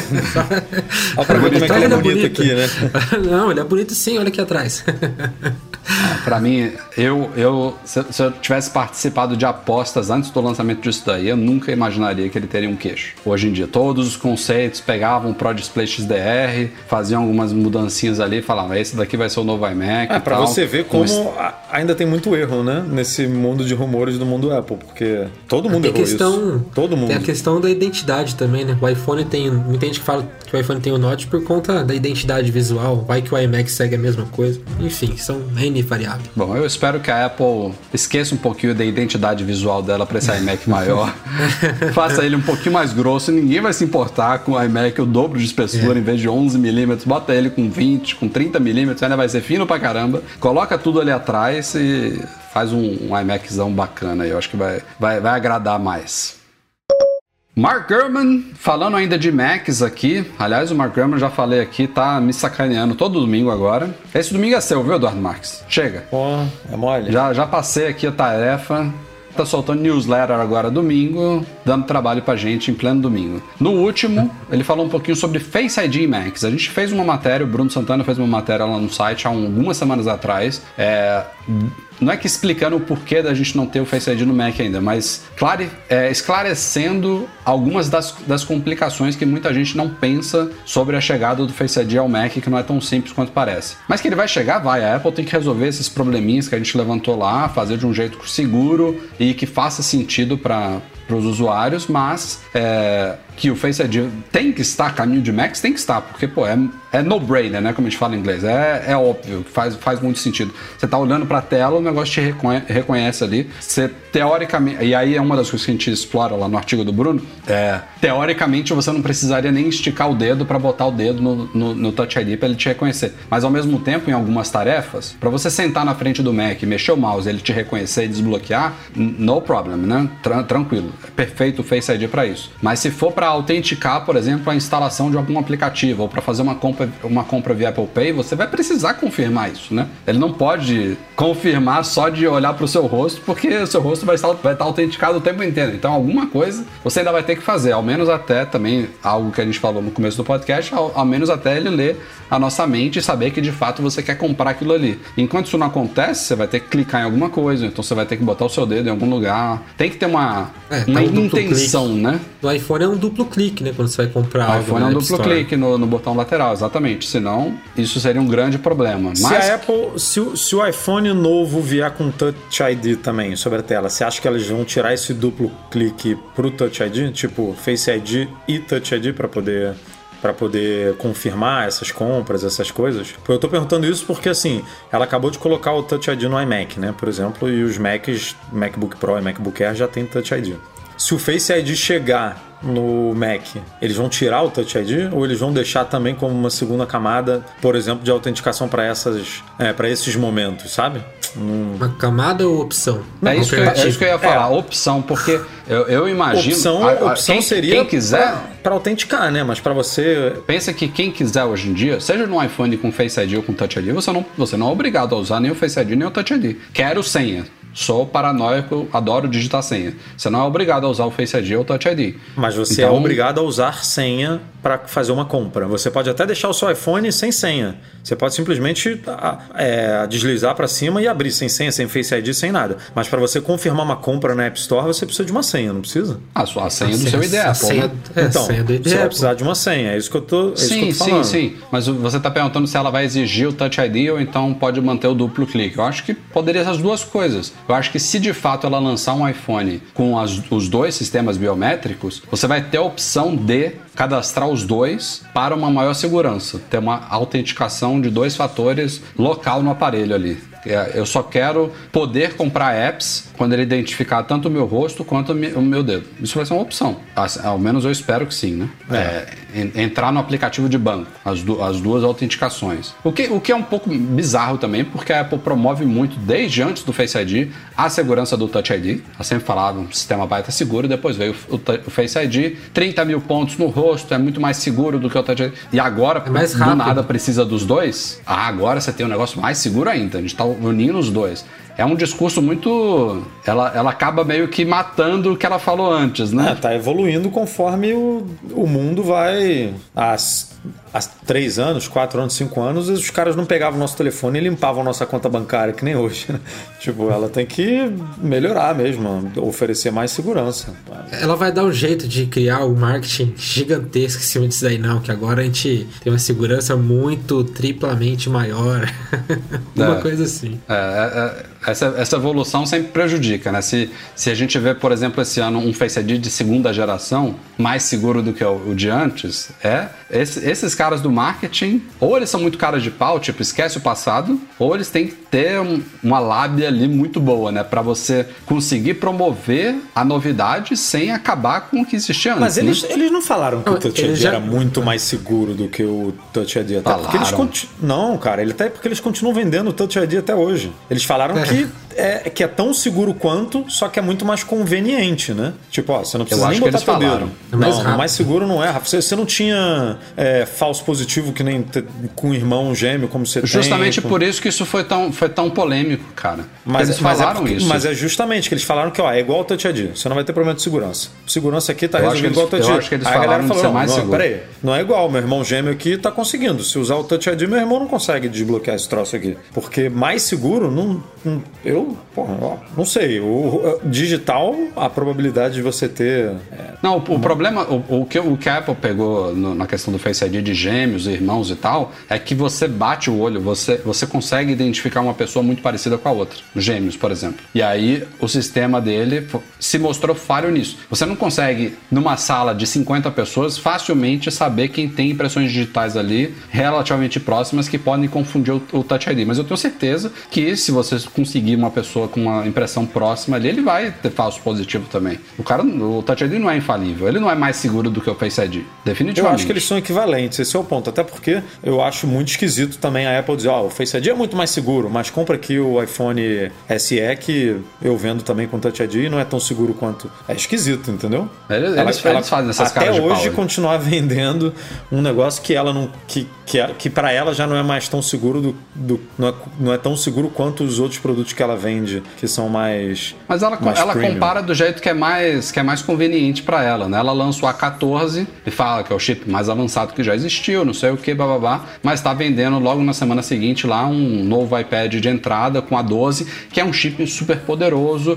Olha pra ver como é que ele é bonito aqui, né? Não, ele é bonito sim, olha aqui atrás. Pra mim, se eu tivesse participado de apostas antes do lançamento disso daí, eu nunca imaginaria que ele teria um queixo. Hoje em dia, todos os conceitos pegavam o Pro Display XDR, faziam algumas mudancinhas ali e falavam, esse daqui vai ser o novo iMac. Pra você ver como ainda tem muito erro, né? Nesse mundo de rumores do mundo Apple, porque todo mundo errou isso. Todo mundo. Tem a questão da identidade também, né? O iPhone tem... Muita gente que fala que o iPhone tem o Note por conta da identidade visual. Vai que o iMac segue a mesma coisa. Enfim, são N variáveis. Bom, eu espero que a Apple esqueça um pouquinho da identidade visual dela para esse iMac maior. Faça ele um pouquinho mais grosso e ninguém vai se importar com o iMac o dobro de espessura em vez de 11mm. Bota ele com 20, com 30mm, ainda vai ser fino pra caramba. Coloca tudo ali atrás e faz um iMaczão bacana aí. Eu acho que vai agradar mais. Mark Gurman, falando ainda de Macs aqui. Aliás, o Mark Gurman, já falei aqui, tá me sacaneando todo domingo agora. Esse domingo é seu, viu, Eduardo Marques? Chega. Pô, é mole. Já passei aqui a tarefa. Tá soltando newsletter agora domingo, dando trabalho pra gente em pleno domingo. No último, ele falou um pouquinho sobre Face ID em Macs. A gente fez uma matéria, o Bruno Santana fez uma matéria lá no site há algumas semanas atrás. Não é que explicando o porquê da gente não ter o Face ID no Mac ainda, mas esclarecendo algumas das complicações que muita gente não pensa sobre a chegada do Face ID ao Mac, que não é tão simples quanto parece. Mas que ele vai chegar, vai. A Apple tem que resolver esses probleminhas que a gente levantou lá, fazer de um jeito seguro e que faça sentido para os usuários, mas que o Face ID tem que estar a caminho de Macs, tem que estar, porque pô, é no-brainer, né, como a gente fala em inglês, é óbvio, faz muito sentido. Você tá olhando para a tela, o negócio te reconhece ali, você teoricamente, e aí é uma das coisas que a gente explora lá no artigo do Bruno, teoricamente você não precisaria nem esticar o dedo para botar o dedo no Touch ID para ele te reconhecer, mas ao mesmo tempo, em algumas tarefas, para você sentar na frente do Mac, mexer o mouse, ele te reconhecer e desbloquear, no problem, né, tranquilo, é perfeito o Face ID para isso. Mas se for para autenticar, por exemplo, a instalação de algum aplicativo ou para fazer uma compra uma compra via Apple Pay, você vai precisar confirmar isso, né? Ele não pode confirmar só de olhar para o seu rosto, porque o seu rosto vai estar autenticado o tempo inteiro. Então, alguma coisa você ainda vai ter que fazer, ao menos até também algo que a gente falou no começo do podcast, ao menos até ele ler a nossa mente e saber que de fato você quer comprar aquilo ali. Enquanto isso não acontece, você vai ter que clicar em alguma coisa, então você vai ter que botar o seu dedo em algum lugar. Tem que ter uma intenção, né? No iPhone é um duplo clique, né? Quando você vai comprar algo. O iPhone é um duplo clique no botão lateral, exatamente. Senão, isso seria um grande problema. Mas... Se a Apple, se o iPhone novo vier com Touch ID também sobre a tela, você acha que eles vão tirar esse duplo clique pro Touch ID? Tipo, Face ID e Touch ID para poder confirmar essas compras, essas coisas? Eu tô perguntando isso porque, assim, ela acabou de colocar o Touch ID no iMac, né? Por exemplo, e os Macs, MacBook Pro e MacBook Air já tem Touch ID. Se o Face ID chegar no Mac, eles vão tirar o Touch ID ou eles vão deixar também como uma segunda camada, por exemplo, de autenticação para esses momentos, sabe? Uma camada ou opção? É isso que eu ia falar, opção, porque eu imagino... Opção seria quem quiser para autenticar, né? Mas para você... Pensa que quem quiser hoje em dia, seja no iPhone com Face ID ou com Touch ID, você não é obrigado a usar nem o Face ID nem o Touch ID. Quero senha. Sou paranoico, adoro digitar senha. Você não é obrigado a usar o Face ID ou o Touch ID. Mas você é obrigado a usar senha para fazer uma compra. Você pode até deixar o seu iPhone sem senha. Você pode simplesmente deslizar para cima e abrir sem senha, sem Face ID, sem nada. Mas para você confirmar uma compra na App Store, você precisa de uma senha, não precisa? A senha do seu ID Apple, Então, você vai precisar de uma senha. É isso que eu tô falando. Sim. Mas você está perguntando se ela vai exigir o Touch ID ou então pode manter o duplo clique. Eu acho que poderia ser as duas coisas. Eu acho que se de fato ela lançar um iPhone com os dois sistemas biométricos, você vai ter a opção de cadastrar os dois para uma maior segurança. Ter uma autenticação de 2 fatores local no aparelho ali. Eu só quero poder comprar apps quando ele identificar tanto o meu rosto quanto o meu dedo. Isso vai ser uma opção. Ao menos eu espero que sim, né? Entrar no aplicativo de banco, as duas autenticações. O que é um pouco bizarro também, porque a Apple promove muito, desde antes do Face ID, a segurança do Touch ID. Ela sempre falava um sistema baita seguro, depois veio o Face ID, 30 mil pontos no rosto, é muito mais seguro do que o Touch ID. E agora, do nada, precisa dos dois. Agora você tem um negócio mais seguro ainda. A gente tá unindo os dois. É um discurso muito... Ela acaba meio que matando o que ela falou antes, né? Tá evoluindo conforme o mundo vai... Há 3 anos, 4 anos, 5 anos, os caras não pegavam o nosso telefone e limpavam a nossa conta bancária, que nem hoje, né? Tipo, ela tem que melhorar mesmo, oferecer mais segurança. Ela vai dar um jeito de criar um marketing gigantesco em cima disso daí, não, que agora a gente tem uma segurança triplamente maior. Uma coisa assim. Essa evolução sempre prejudica, né? Se a gente vê, por exemplo, esse ano um Face ID de segunda geração, mais seguro do que o de antes, esses caras do marketing, ou eles são muito caras de pau, tipo, esquece o passado, ou eles têm que ter uma lábia ali muito boa, né? Pra você conseguir promover a novidade sem acabar com o que existia antes. Mas eles não falaram que o Touch ID era muito mais seguro do que o Touch ID. Até porque não, cara, porque eles continuam vendendo o Touch ID até hoje. Eles falaram que é tão seguro quanto, só que é muito mais conveniente, né? Tipo, você não precisa nem botar teu dedo. Não, mais seguro não é. Você não tinha falso positivo que nem com um irmão gêmeo como você tem. Justamente por isso que isso foi tão polêmico, cara. Mas eles falaram isso. Mas é justamente que eles falaram que é igual ao Touch ID. Você não vai ter problema de segurança. Segurança aqui tá resolvido igual ao Touch ID. Eu acho que eles falaram de ser mais seguro. Peraí, não é igual. Meu irmão gêmeo aqui tá conseguindo. Se usar o Touch ID, meu irmão não consegue desbloquear esse troço aqui. Porque mais seguro, não sei. O digital, a probabilidade de você ter... Não, o problema, o que a Apple pegou na questão do Face ID de gêmeos, irmãos e tal, é que você bate o olho, você consegue identificar uma pessoa muito parecida com a outra. Gêmeos, por exemplo. E aí, o sistema dele se mostrou falho nisso. Você não consegue, numa sala de 50 pessoas, facilmente saber quem tem impressões digitais ali, relativamente próximas, que podem confundir o Touch ID. Mas eu tenho certeza que se você conseguir uma pessoa com uma impressão próxima ali, ele vai ter falso positivo também. O Touch ID não é infalível, ele não é mais seguro do que o Face ID, definitivamente. Eu acho que eles são equivalentes, esse é o ponto, até porque eu acho muito esquisito também a Apple dizer, o Face ID é muito mais seguro, mas compra aqui o iPhone SE que eu vendo também com Touch ID e não é tão seguro quanto. É esquisito, entendeu? Eles fazem essas caras de pau. Até hoje continuar vendendo um negócio que ela não... que para ela já não é mais tão seguro não é tão seguro quanto os outros produtos que ela vende, que são mais... Mas ela compara do jeito que é mais conveniente para ela, né? Ela lança o A14 e fala que é o chip mais avançado que já existiu, não sei o que, bababá, mas está vendendo logo na semana seguinte lá um novo iPad de entrada com A12, que é um chip super poderoso,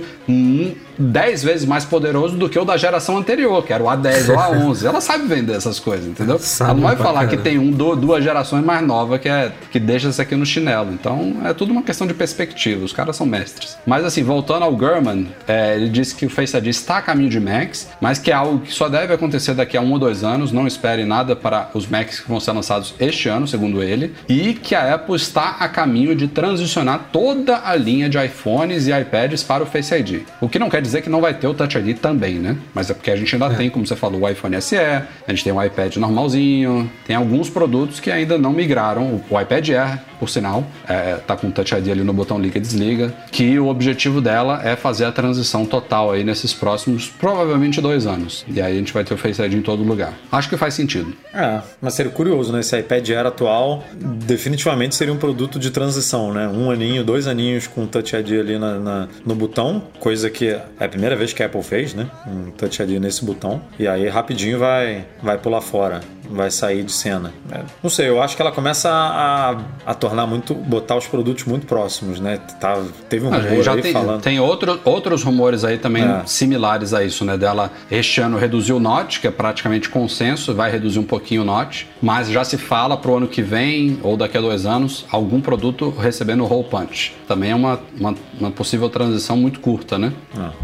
10 vezes mais poderoso do que o da geração anterior, que era o A10 ou A11. Ela sabe vender essas coisas, entendeu? Ela não vai falar que tem duas gerações mais novas que deixa isso aqui no chinelo. Então é tudo uma questão de perspectiva, os caras são mestres. Mas assim, voltando ao Gurman, ele disse que o Face ID está a caminho de Macs, mas que é algo que só deve acontecer daqui a 1 ou 2 anos, não espere nada para os Macs que vão ser lançados este ano, segundo ele, e que a Apple está a caminho de transicionar toda a linha de iPhones e iPads para o Face ID. O que não quer dizer que não vai ter o Touch ID também, né? Mas é porque a gente ainda tem, como você falou, o iPhone SE, a gente tem o iPad normalzinho, tem alguns produtos que ainda não migraram, o iPad Air, por sinal, tá com o Touch ID ali no botão liga e desliga, que o objetivo dela é fazer a transição total aí nesses próximos, provavelmente 2 anos. E aí a gente vai ter o Face ID em todo lugar. Acho que faz sentido. Mas seria curioso, né? Esse iPad Air atual definitivamente seria um produto de transição, né? 1 aninho, 2 aninhos com o Touch ID ali no botão, coisa que é a primeira vez que a Apple fez, né? Um Touch ID nesse botão. E aí rapidinho vai pular fora, vai sair de cena. Não sei, eu acho que ela começa a tornar botar os produtos muito próximos, né? Teve um rumor aí falando... Tem outros rumores aí também similares a isso, né? Dela este ano reduzir o Note, que é praticamente consenso, vai reduzir um pouquinho o Note, mas já se fala pro ano que vem, ou daqui a 2 anos, algum produto recebendo o Hole Punch. Também é uma possível transição muito curta, né?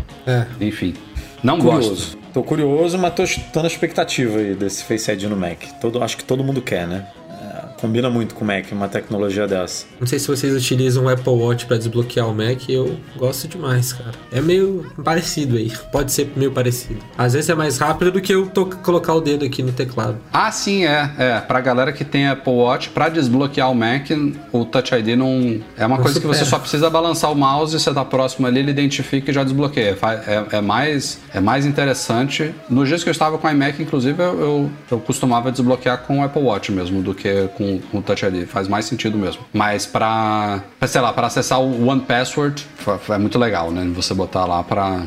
Enfim, não gosto. Tô curioso, mas tô na expectativa aí desse Face ID no Mac. Acho que todo mundo quer, né? Combina muito com o Mac, uma tecnologia dessa. Não sei se vocês utilizam o Apple Watch para desbloquear o Mac, eu gosto demais, cara. É meio parecido aí, pode ser meio parecido. Às vezes é mais rápido do que eu colocar o dedo aqui no teclado. Sim, pra galera que tem Apple Watch, para desbloquear o Mac, o Touch ID não... É uma coisa que você só precisa balançar o mouse, você tá próximo ali, ele identifica e já desbloqueia. É mais interessante. Nos dias que eu estava com o iMac, inclusive, eu costumava desbloquear com o Apple Watch mesmo, do que com o Touch ID, faz mais sentido mesmo. Mas para acessar o One Password é muito legal, né? Você botar lá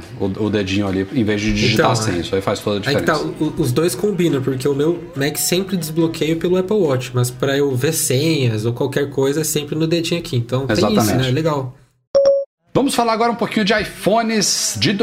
o dedinho ali em vez de digitar isso aí faz toda a diferença. Os dois combinam, porque o meu Mac sempre desbloqueia pelo Apple Watch, mas para eu ver senhas ou qualquer coisa é sempre no dedinho aqui. Então tem isso, né? Legal. Vamos falar agora um pouquinho de iPhones de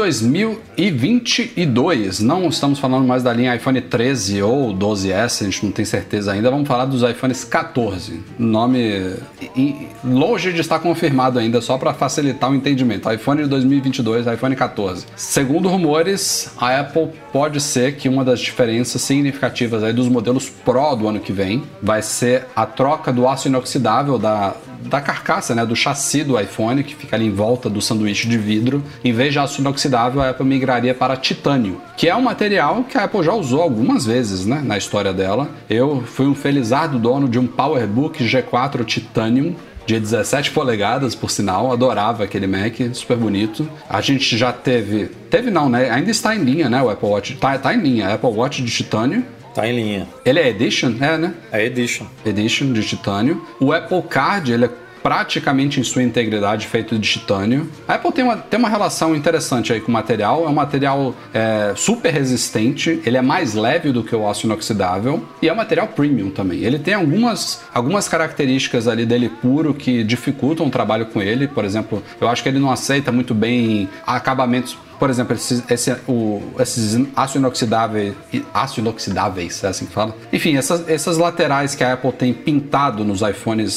2022. Não estamos falando mais da linha iPhone 13 ou 12S, a gente não tem certeza ainda. Vamos falar dos iPhones 14. Nome longe de estar confirmado ainda, só para facilitar o entendimento. iPhone de 2022, iPhone 14. Segundo rumores, a Apple pode ser que uma das diferenças significativas aí dos modelos Pro do ano que vem vai ser a troca do aço inoxidável da carcaça, né, do chassi do iPhone, que fica ali em volta do sanduíche de vidro. Em vez de aço inoxidável, a Apple migraria para titânio, que é um material que a Apple já usou algumas vezes, né, na história dela. Eu fui um felizardo dono de um PowerBook G4 Titanium, de 17 polegadas, por sinal, adorava aquele Mac, super bonito. A gente já teve não, né, ainda está em linha, né, o Apple Watch, tá em linha, Apple Watch de titânio. Tá em linha. Ele é Edition? Né? É Edition. Edition de titânio. O Apple Card, ele é praticamente em sua integridade feito de titânio. A Apple tem uma relação interessante aí com o material. É um material super resistente, ele é mais leve do que o aço inoxidável e é um material premium também. Ele tem algumas características ali dele puro que dificultam o trabalho com ele. Por exemplo, eu acho que ele não aceita muito bem acabamentos. Por exemplo, esses aço inoxidáveis, é assim que fala? Enfim, essas laterais que a Apple tem pintado nos iPhones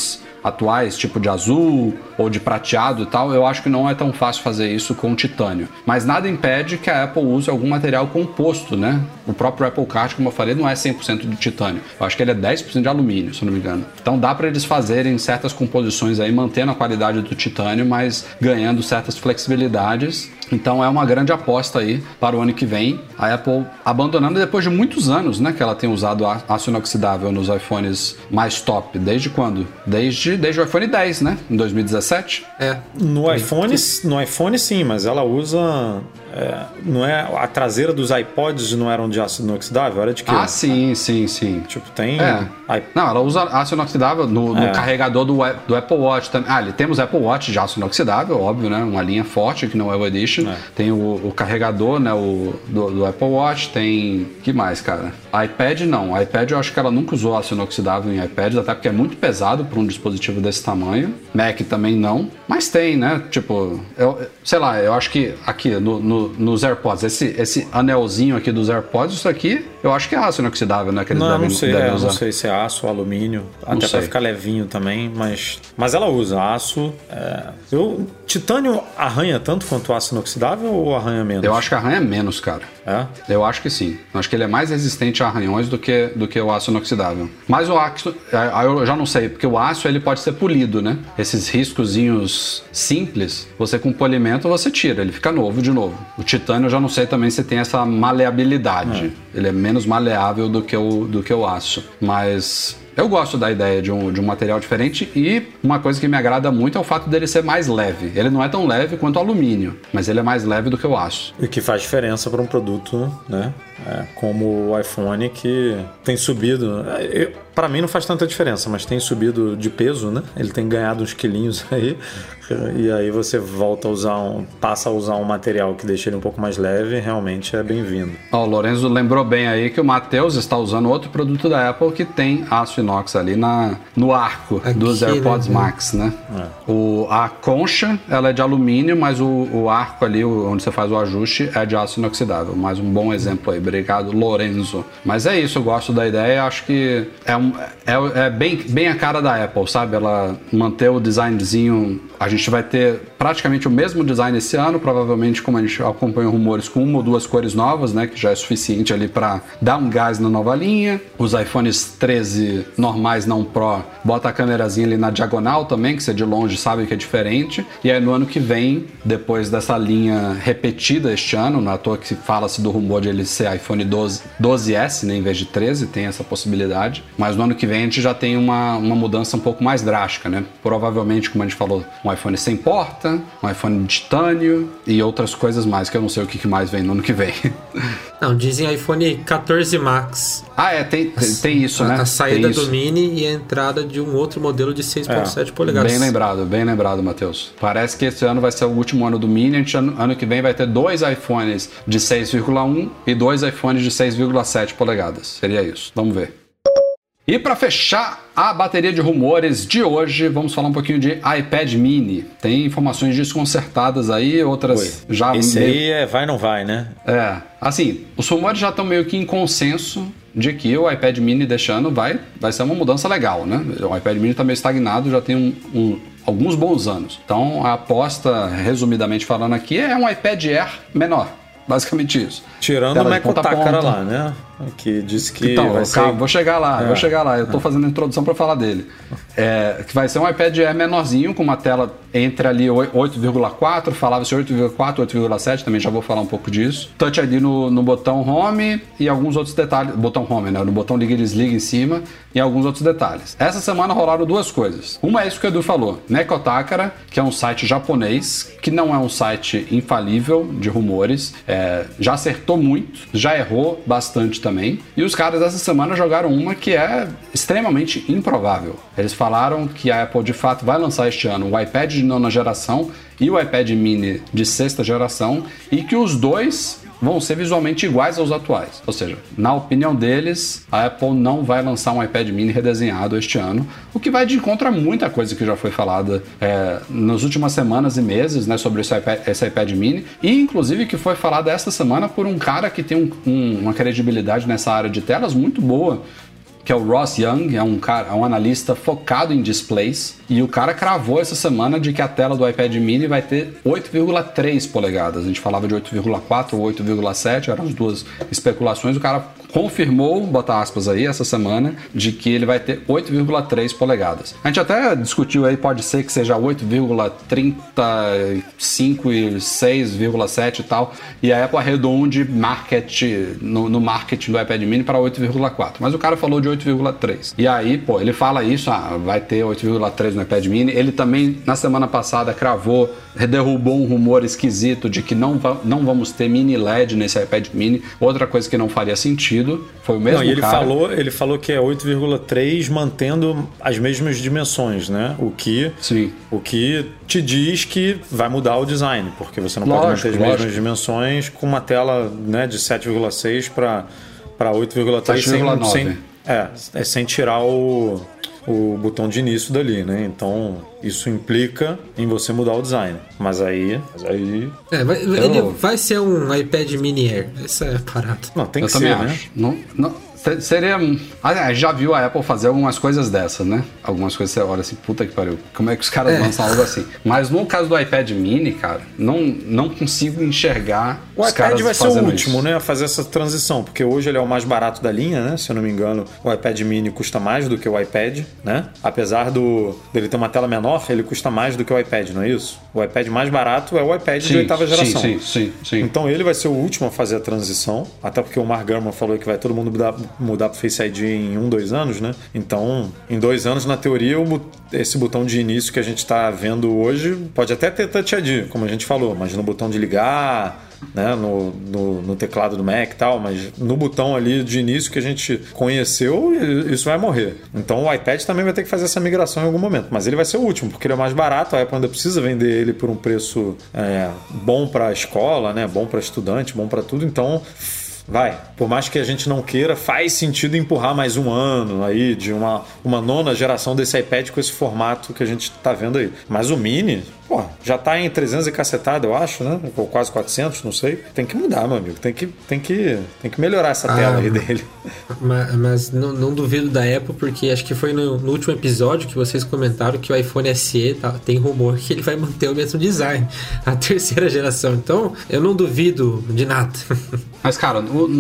atuais, tipo de azul ou de prateado e tal, eu acho que não é tão fácil fazer isso com titânio. Mas nada impede que a Apple use algum material composto, né? O próprio Apple Card, como eu falei, não é 100% de titânio. Eu acho que ele é 10% de alumínio, se eu não me engano. Então dá para eles fazerem certas composições aí, mantendo a qualidade do titânio, mas ganhando certas flexibilidades. Então é uma grande aposta aí para o ano que vem. A Apple abandonando depois de muitos anos, né, que ela tem usado aço inoxidável nos iPhones mais top. Desde quando? Desde o iPhone 10, né? Em 2017. No iPhone sim, mas ela usa... não é a traseira dos iPods não eram de aço inoxidável? Era de quê? Ah, sim. Tipo, tem... Não, ela usa aço inoxidável no carregador do Apple Watch também. Temos Apple Watch de aço inoxidável, óbvio, né? Uma linha forte que não é o Edition. Tem o carregador, né? Do Apple Watch. Tem... que mais, cara? iPad não. iPad eu acho que ela nunca usou aço inoxidável em iPads, até porque é muito pesado para um dispositivo desse tamanho. Mac também não. Mas tem, né? Tipo, sei lá, eu acho que aqui nos AirPods, esse anelzinho aqui dos AirPods, isso aqui, eu acho que é aço inoxidável, né? Que eles devem usar. Não sei se é aço ou alumínio, até para ficar levinho também, mas ela usa aço. Titânio arranha tanto quanto aço inoxidável ou arranha menos? Eu acho que arranha menos, cara. Eu acho que sim. Eu acho que ele é mais resistente a arranhões do que o aço inoxidável. Mas o aço, eu já não sei, porque o aço ele pode ser polido, né? Esses riscozinhos simples, você com polimento você tira, ele fica novo de novo. O titânio eu já não sei também se tem essa maleabilidade. Ele é menos maleável do que o aço. Mas... eu gosto da ideia de um material diferente e uma coisa que me agrada muito é o fato dele ser mais leve. Ele não é tão leve quanto o alumínio, mas ele é mais leve do que o aço. E que faz diferença para um produto, né? Como o iPhone, que tem subido... para mim não faz tanta diferença, mas tem subido de peso, né? Ele tem ganhado uns quilinhos aí. E aí você passa a usar um material que deixa ele um pouco mais leve, realmente é bem-vindo. O Lorenzo lembrou bem aí que o Matheus está usando outro produto da Apple que tem aço inox ali no arco aqui, dos AirPods, né? Max, né? A concha, ela é de alumínio, mas o arco ali, onde você faz o ajuste, é de aço inoxidável. Mais um bom exemplo aí. Obrigado, Lorenzo. Mas é isso, eu gosto da ideia. Acho que é bem a cara da Apple, sabe? Ela manter o designzinho... A gente vai ter praticamente o mesmo design esse ano, provavelmente, como a gente acompanha rumores, com uma ou duas cores novas, né, que já é suficiente ali para dar um gás na nova linha. Os iPhones 13 normais, não Pro, bota a câmerazinha ali na diagonal também, que você de longe sabe que é diferente. E aí no ano que vem, depois dessa linha repetida este ano, não é à toa que fala-se do rumor de ele ser iPhone 12S, né, em vez de 13, tem essa possibilidade. Mas no ano que vem a gente já tem uma mudança um pouco mais drástica, né? Provavelmente, como a gente falou, um iPhone sem porta, um iPhone de titânio e outras coisas mais, que eu não sei o que mais vem no ano que vem. Não, dizem iPhone 14 Max. Tem isso, né? A saída do Mini e a entrada de um outro modelo de 6.7 polegadas. Bem lembrado, Matheus. Parece que esse ano vai ser o último ano do Mini, ano que vem vai ter 2 iPhones de 6,1 e 2 iPhones de 6,7 polegadas. Seria isso. Vamos ver. E para fechar a bateria de rumores de hoje, vamos falar um pouquinho de iPad Mini. Tem informações desconcertadas aí, outras já... Esse aí vai não vai, né? Assim, os rumores já estão meio que em consenso de que o iPad Mini deste ano vai ser uma mudança legal, né? O iPad Mini está meio estagnado, já tem alguns bons anos. Então a aposta, resumidamente falando aqui, é um iPad Air menor. Basicamente isso. Tirando o Michael Takara lá, né? Que disse que então, vai ser... vou chegar lá. Eu tô fazendo a introdução para falar dele. Que vai ser um iPad Air menorzinho, com uma tela entre ali 8,4, falava-se 8,4, 8,7, também já vou falar um pouco disso. Touch ID no botão Home e alguns outros detalhes. Botão Home, né? No botão liga e desliga em cima e alguns outros detalhes. Essa semana rolaram duas coisas. Uma é isso que o Edu falou. Neko Takara, que é um site japonês, que não é um site infalível de rumores, já acertou muito, já errou bastante também. E os caras essa semana jogaram uma que é extremamente improvável. Eles falaram que a Apple de fato vai lançar este ano o iPad de nona geração e o iPad mini de sexta geração e que os dois vão ser visualmente iguais aos atuais. Ou seja, na opinião deles, a Apple não vai lançar um iPad mini redesenhado este ano, o que vai de encontro a muita coisa que já foi falada nas últimas semanas e meses, né, sobre esse iPad mini, e inclusive que foi falada esta semana por um cara que tem uma credibilidade nessa área de telas muito boa, que é o Ross Young, é um analista focado em displays, e o cara cravou essa semana de que a tela do iPad mini vai ter 8,3 polegadas. A gente falava de 8,4 ou 8,7, eram as duas especulações. O cara confirmou, botar aspas aí, essa semana, de que ele vai ter 8,3 polegadas. A gente até discutiu aí, pode ser que seja 8,35 e 6,7 e tal, e a Apple arredonde no marketing do iPad mini para 8,4. Mas o cara falou de 8,3. E aí, pô, ele fala isso, vai ter 8,3 no iPad mini. Ele também, na semana passada, derrubou um rumor esquisito de que não vamos ter mini LED nesse iPad mini. Outra coisa que não faria sentido. Foi o mesmo cara. Ele falou que é 8,3 mantendo as mesmas dimensões, né? O que te diz que vai mudar o design, porque você não pode manter as mesmas dimensões com uma tela, né, de 7,6 para 8,3 sem tirar o botão de início dali, né? Então, isso implica em você mudar o design. Mas aí... ele vai ser um iPad mini Air. Essa é a parada. Não, tem que ser, né? Acho. Não, seria... já viu a Apple fazer algumas coisas dessas, né? Algumas coisas você olha assim, puta que pariu. Como é que os caras lançam algo assim? Mas no caso do iPad mini, cara, não consigo enxergar os caras fazendo isso. O iPad vai ser o último, né? A fazer essa transição. Porque hoje ele é o mais barato da linha, né? Se eu não me engano, o iPad mini custa mais do que o iPad, né? Apesar dele ter uma tela menor, ele custa mais do que o iPad, não é isso? O iPad mais barato é o iPad de 8ª geração. Sim. Então ele vai ser o último a fazer a transição. Até porque o Mark Gurman falou que vai todo mundo mudar pro Face ID em 1-2 anos, né? Então, em 2 anos, na teoria, esse botão de início que a gente está vendo hoje pode até ter Touch ID, como a gente falou, mas no botão de ligar, né, no teclado do Mac e tal, mas no botão ali de início que a gente conheceu, isso vai morrer. Então o iPad também vai ter que fazer essa migração em algum momento, mas ele vai ser o último, porque ele é o mais barato, a Apple ainda precisa vender ele por um preço bom para a escola, né, bom para estudante, bom para tudo, então... por mais que a gente não queira, faz sentido empurrar mais um ano aí de uma 9ª geração desse iPad com esse formato que a gente tá vendo aí. Mas o Mini, já tá em 300 e cacetada, eu acho, né? Ou quase 400, não sei. Tem que mudar, meu amigo. Tem que melhorar essa tela aí dele. Mas não duvido da Apple, porque acho que foi no último episódio que vocês comentaram que o iPhone SE tem rumor que ele vai manter o mesmo design, a 3ª geração. Então, eu não duvido de nada. Mas, cara,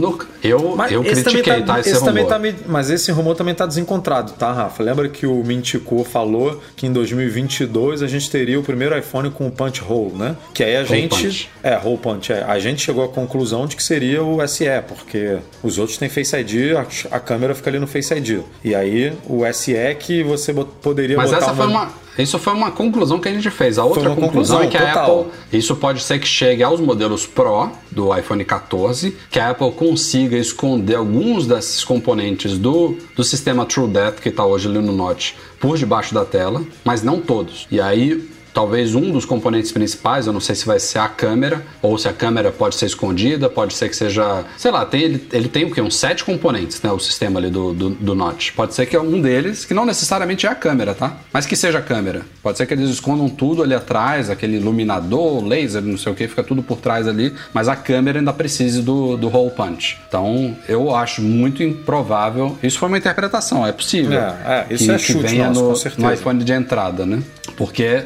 eu critiquei, esse rumor. Mas esse rumor também tá desencontrado, tá, Rafa? Lembra que o Mintico falou que em 2022 a gente teria o primeiro iPhone com o punch hole, né? Que aí hole punch. A gente chegou à conclusão de que seria o SE, porque os outros têm Face ID, a câmera fica ali no Face ID. E aí o SE que você poderia botar... Isso foi uma conclusão que a gente fez. A outra conclusão é que a Apple... Isso pode ser que chegue aos modelos Pro do iPhone 14, que a Apple consiga esconder alguns desses componentes do sistema TrueDepth que está hoje ali no Notch por debaixo da tela, mas não todos. E aí... Talvez um dos componentes principais, eu não sei se vai ser a câmera, ou se a câmera pode ser escondida, pode ser que seja... Sei lá, ele tem o quê? Uns 7 componentes, né? O sistema ali do Notch. Pode ser que é um deles, que não necessariamente é a câmera, tá? Mas que seja a câmera. Pode ser que eles escondam tudo ali atrás, aquele iluminador, laser, não sei o que, fica tudo por trás ali, mas a câmera ainda precise do hole punch. Então, eu acho muito improvável... Isso foi uma interpretação, é possível. Isso é chute, venha com certeza. No iPhone de entrada, né? Porque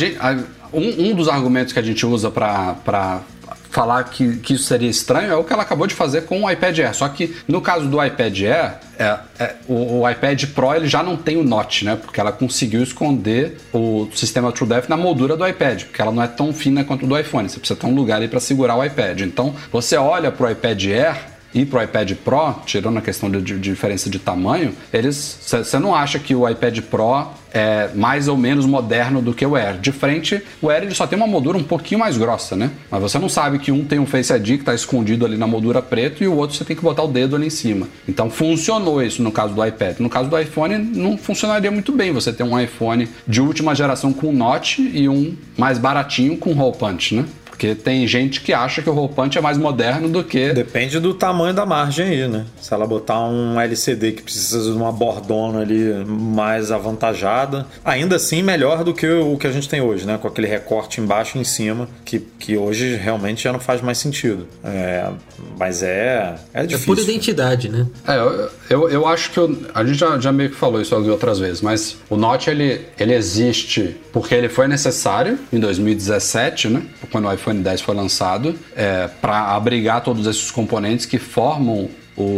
um dos argumentos que a gente usa para falar que isso seria estranho é o que ela acabou de fazer com o iPad Air. Só que no caso do iPad Air, o iPad Pro ele já não tem o Notch, né? Porque ela conseguiu esconder o sistema TrueDepth na moldura do iPad, porque ela não é tão fina quanto o do iPhone. Você precisa ter um lugar ali para segurar o iPad. Então, você olha para o iPad Air e para o iPad Pro, tirando a questão de diferença de tamanho, você não acha que o iPad Pro é mais ou menos moderno do que o Air. De frente, o Air ele só tem uma moldura um pouquinho mais grossa, né? Mas você não sabe que um tem um Face ID que está escondido ali na moldura preto e o outro você tem que botar o dedo ali em cima. Então funcionou isso no caso do iPad. No caso do iPhone não funcionaria muito bem você ter um iPhone de última geração com notch e um mais baratinho com hole punch, né? Porque tem gente que acha que o hole punch é mais moderno do que... Depende do tamanho da margem aí, né? Se ela botar um LCD que precisa de uma bordona ali mais avantajada, ainda assim melhor do que o que a gente tem hoje, né? Com aquele recorte embaixo e em cima, que hoje realmente já não faz mais sentido. Mas é difícil. É pura identidade, né? Eu acho que a gente já meio que falou isso outras vezes, mas o Notch ele existe porque ele foi necessário em 2017, né? Quando o iPhone X foi lançado, para abrigar todos esses componentes que formam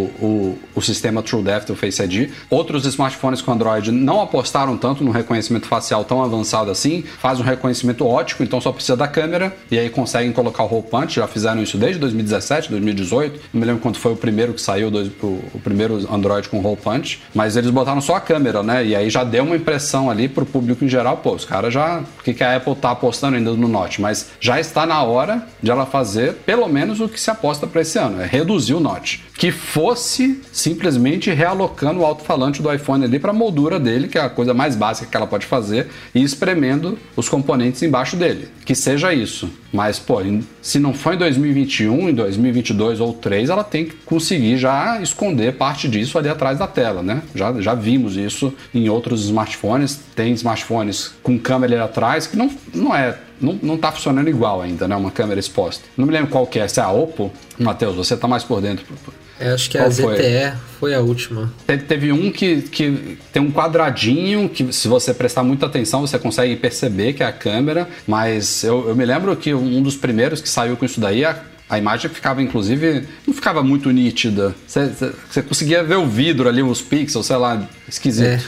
o sistema TrueDepth do Face ID. Outros smartphones com Android não apostaram tanto no reconhecimento facial tão avançado assim, faz um reconhecimento ótico, então só precisa da câmera, e aí conseguem colocar o hole punch. Já fizeram isso desde 2017, 2018, não me lembro quando foi o primeiro que saiu, o primeiro Android com hole punch, mas eles botaram só a câmera, né, e aí já deu uma impressão ali pro público em geral, os caras já... O que a Apple tá apostando ainda no Notch? Mas já está na hora de ela fazer pelo menos o que se aposta para esse ano, é reduzir o Notch, que fosse simplesmente realocando o alto-falante do iPhone ali para a moldura dele, que é a coisa mais básica que ela pode fazer, e espremendo os componentes embaixo dele. Que seja isso. Mas, se não for em 2021, em 2022 ou 2023, ela tem que conseguir já esconder parte disso ali atrás da tela, né? Já vimos isso em outros smartphones. Tem smartphones com câmera ali atrás que não tá funcionando igual ainda, né? Uma câmera exposta. Não me lembro qual que é. Se é a Oppo? Matheus, você tá mais por dentro. Acho que a ZTE foi a última. Teve um que tem um quadradinho que, se você prestar muita atenção, você consegue perceber que é a câmera, mas eu me lembro que um dos primeiros que saiu com isso daí, a imagem ficava, inclusive, não ficava muito nítida. Você conseguia ver o vidro ali, os pixels, sei lá, esquisito.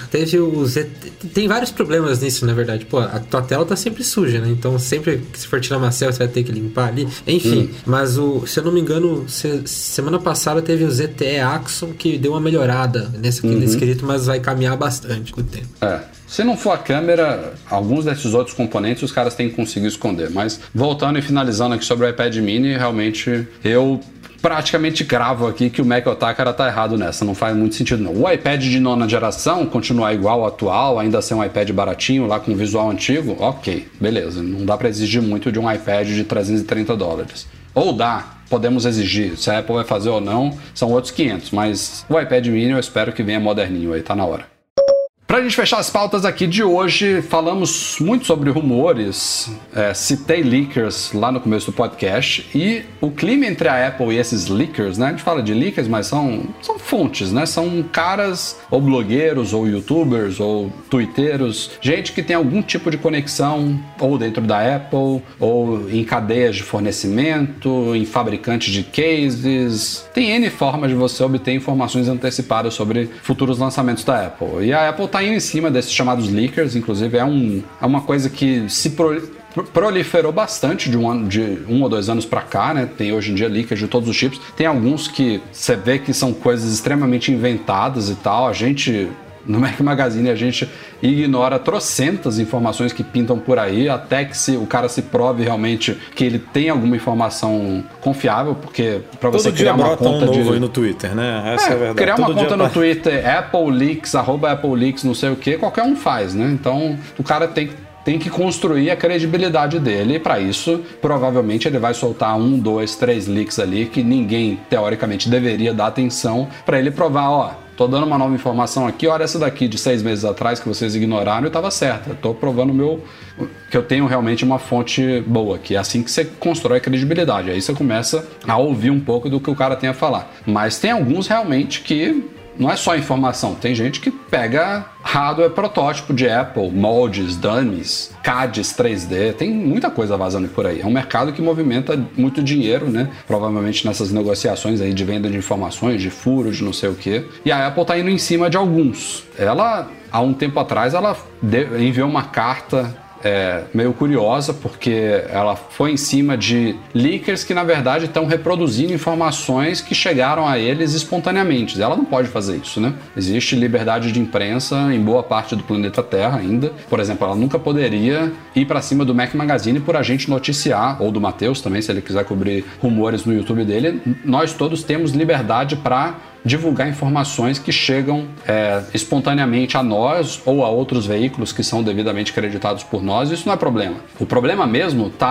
Tem vários problemas nisso, na verdade. A tua tela tá sempre suja, né? Então, sempre que você for tirar uma selfie, você vai ter que limpar ali. Enfim, mas se eu não me engano, semana passada teve o ZTE Axon, que deu uma melhorada nesse quesito, mas vai caminhar bastante com o tempo. Se não for a câmera, alguns desses outros componentes os caras têm que conseguir esconder. Mas voltando e finalizando aqui sobre o iPad mini, realmente eu praticamente cravo aqui que o Mac Otakara tá errado nessa. Não faz muito sentido, não. O iPad de 9ª geração continuar igual ao atual, ainda ser um iPad baratinho, lá com visual antigo, ok, beleza. Não dá para exigir muito de um iPad de $330. Ou dá, podemos exigir. Se a Apple vai fazer ou não, são outros 500. Mas o iPad mini eu espero que venha moderninho aí, tá na hora. Pra gente fechar as pautas aqui de hoje, falamos muito sobre rumores, citei leakers lá no começo do podcast, e o clima entre a Apple e esses leakers, né? A gente fala de leakers, mas são fontes, né? São caras, ou blogueiros, ou youtubers, ou twitteiros, gente que tem algum tipo de conexão, ou dentro da Apple, ou em cadeias de fornecimento, em fabricantes de cases. Tem N formas de você obter informações antecipadas sobre futuros lançamentos da Apple. E a Apple tá indo em cima desses chamados leakers, inclusive é uma coisa que se proliferou bastante de um ou 2 anos para cá, né? Tem hoje em dia leakers de todos os tipos. Tem alguns que você vê que são coisas extremamente inventadas e tal. A gente, no Mac Magazine, a gente ignora trocentas informações que pintam por aí, até que o cara se prove realmente que ele tem alguma informação confiável, porque para você criar uma conta novo aí no Twitter, né? Essa é a verdade. Criar uma conta no Twitter, Apple Leaks, @Apple Leaks, não sei o que, qualquer um faz, né? Então o cara tem que construir a credibilidade dele, e para isso, provavelmente ele vai soltar 1, 2, 3 leaks ali que ninguém, teoricamente, deveria dar atenção para ele provar, tô dando uma nova informação aqui, olha essa daqui de 6 meses atrás que vocês ignoraram e estava certa. Tô provando que eu tenho realmente uma fonte boa, que é assim que você constrói credibilidade. Aí você começa a ouvir um pouco do que o cara tem a falar. Mas tem alguns realmente que não é só informação, tem gente que pega hardware protótipo de Apple, moldes, dummies, CADs 3D, tem muita coisa vazando por aí. É um mercado que movimenta muito dinheiro, né? Provavelmente nessas negociações aí de venda de informações, de furos, de não sei o quê. E a Apple tá indo em cima de alguns. Ela, há um tempo atrás, ela enviou uma carta meio curiosa, porque ela foi em cima de leakers que na verdade estão reproduzindo informações que chegaram a eles espontaneamente. Ela não pode fazer isso, né? Existe liberdade de imprensa em boa parte do planeta Terra ainda. Por exemplo, ela nunca poderia ir para cima do Mac Magazine por a gente noticiar, ou do Matheus também, se ele quiser cobrir rumores no YouTube dele. Nós todos temos liberdade para divulgar informações que chegam espontaneamente a nós ou a outros veículos que são devidamente creditados por nós. Isso não é problema. O problema mesmo está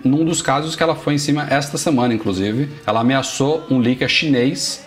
num dos casos que ela foi em cima esta semana, inclusive. Ela ameaçou um leaker chinês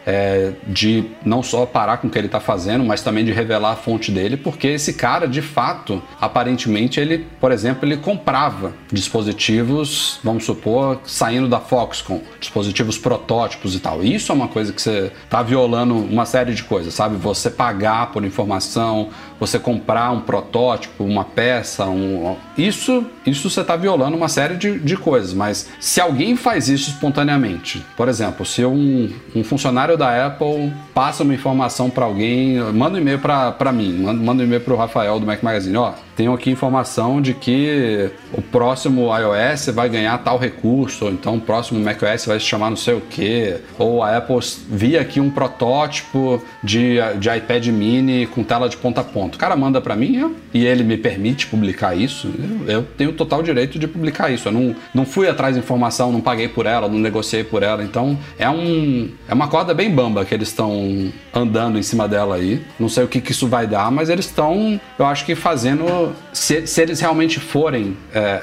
de não só parar com o que ele está fazendo, mas também de revelar a fonte dele, porque esse cara, de fato, aparentemente, ele, por exemplo, ele comprava dispositivos, vamos supor, saindo da Foxconn, dispositivos protótipos e tal. Isso é uma coisa que você está violando uma série de coisas, sabe? Você pagar por informação, você comprar um protótipo, uma peça, isso você está violando uma série de coisas, mas se alguém faz isso espontaneamente, por exemplo, se um funcionário da Apple passa uma informação para alguém, manda um e-mail para mim, manda um e-mail para o Rafael do Mac Magazine, tenho aqui informação de que o próximo iOS vai ganhar tal recurso, ou então o próximo macOS vai se chamar não sei o que, ou a Apple via aqui um protótipo de iPad mini com tela de ponta a ponta. O cara manda para mim e ele me permite publicar isso, eu tenho total direito de publicar isso. Eu não fui atrás de informação, não paguei por ela, não negociei por ela, então é uma corda bem bamba que eles estão andando em cima dela aí. Não sei o que isso vai dar, mas eles estão, eu acho que fazendo, se eles realmente forem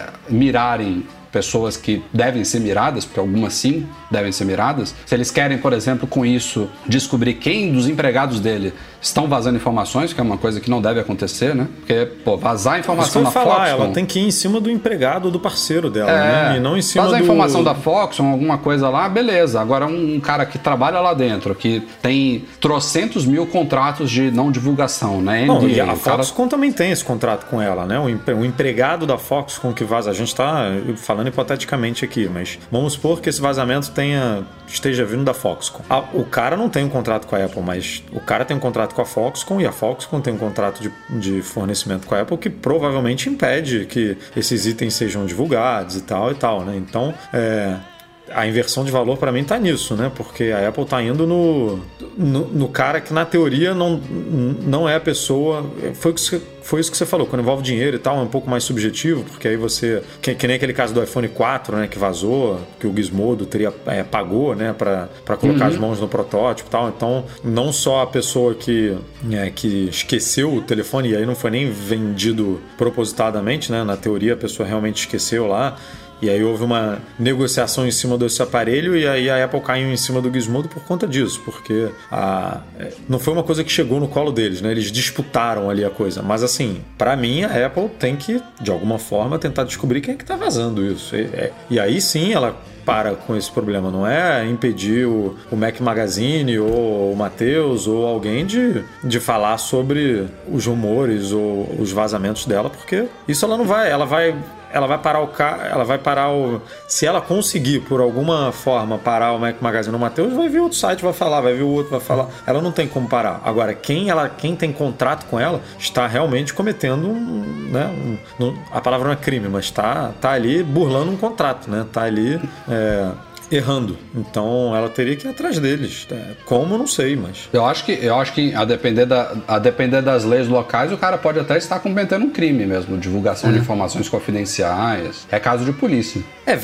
mirarem pessoas que devem ser miradas, porque algumas sim devem ser miradas, se eles querem, por exemplo, com isso, descobrir quem dos empregados dele estão vazando informações, que é uma coisa que não deve acontecer, né? Porque, vazar informação da Foxconn... Ela tem que ir em cima do empregado ou do parceiro dela, né? E não em cima vazar informação da Foxconn, alguma coisa lá, beleza. Agora, um cara que trabalha lá dentro, que tem trocentos mil contratos de não divulgação, né? Não, e a Foxconn também tem esse contrato com ela, né? O empregado da Foxconn que vaza, a gente está falando hipoteticamente aqui, mas vamos supor que esse vazamento esteja vindo da Foxconn. O cara não tem um contrato com a Apple, mas o cara tem um contrato com a Foxconn e a Foxconn tem um contrato de fornecimento com a Apple que provavelmente impede que esses itens sejam divulgados e tal, né? Então, a inversão de valor para mim está nisso, né? Porque a Apple está indo no cara que na teoria não é a pessoa. Foi isso que você falou, quando envolve dinheiro e tal, é um pouco mais subjetivo, porque aí você... Que nem aquele caso do iPhone 4, né, que vazou, que o Gizmodo pagou, né, para colocar as mãos no protótipo e tal. Então, não só a pessoa que esqueceu o telefone, e aí não foi nem vendido propositadamente, né, na teoria a pessoa realmente esqueceu lá, e aí houve uma negociação em cima desse aparelho e aí a Apple caiu em cima do Gizmodo por conta disso, porque não foi uma coisa que chegou no colo deles, né? Eles disputaram ali a coisa. Mas assim, para mim a Apple tem que, de alguma forma, tentar descobrir quem é que tá vazando isso. E aí sim ela para com esse problema, não é impedir o Mac Magazine ou o Matheus ou alguém de falar sobre os rumores ou os vazamentos dela, porque isso ela não vai, ela vai parar se ela conseguir por alguma forma parar o Mac Magazine ou o Matheus, vai vir outro site, vai falar, vai vir o outro, vai falar, ela não tem como parar. Agora, quem tem contrato com ela está realmente cometendo a palavra não é crime, mas está ali burlando um contrato, né? Está ali errando. Então ela teria que ir atrás deles. Como, não sei, mas... Eu acho que a depender das leis locais, o cara pode até estar cometendo um crime mesmo, divulgação de informações confidenciais. É caso de polícia.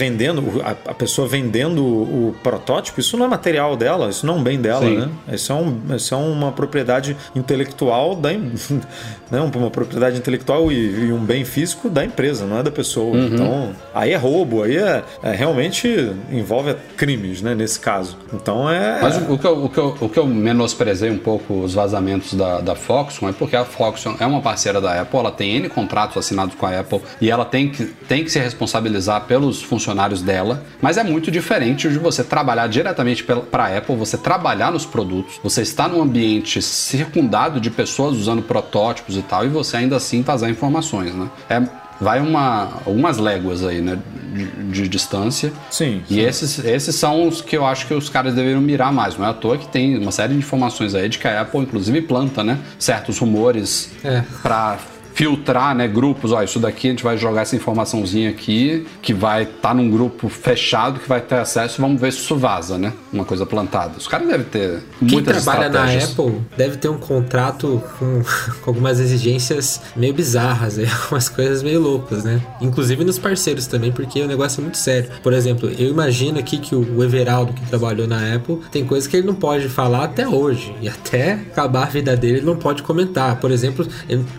A pessoa vendendo o protótipo, isso não é material dela, isso não é um bem dela, né? Isso é uma propriedade intelectual né? Uma propriedade intelectual e um bem físico da empresa, não é da pessoa. Então, aí é roubo, aí realmente envolve crimes, né, nesse caso. Então Mas o que eu menosprezei um pouco os vazamentos da Foxconn é porque a Foxconn é uma parceira da Apple, ela tem N contratos assinados com a Apple e ela tem que se responsabilizar pelos funcionários dela, mas é muito diferente de você trabalhar diretamente para a Apple, você trabalhar nos produtos, você está num ambiente circundado de pessoas usando protótipos e tal, e você ainda assim vazar informações, né? Vai algumas léguas aí, né, de distância. Sim. E esses são os que eu acho que os caras deveriam mirar mais. Não é à toa que tem uma série de informações aí de que a Apple, inclusive, planta, né, certos rumores para filtrar, né, grupos. Isso daqui a gente vai jogar essa informaçãozinha aqui, que vai estar num grupo fechado, que vai ter acesso, vamos ver se isso vaza, né? Uma coisa plantada. Os caras devem ter muitas estratégias. Quem trabalha na Apple deve ter um contrato com algumas exigências meio bizarras, umas coisas meio loucas, né? Inclusive nos parceiros também, porque o negócio é muito sério. Por exemplo, eu imagino aqui que o Everaldo, que trabalhou na Apple, tem coisas que ele não pode falar até hoje. E até acabar a vida dele, ele não pode comentar. Por exemplo,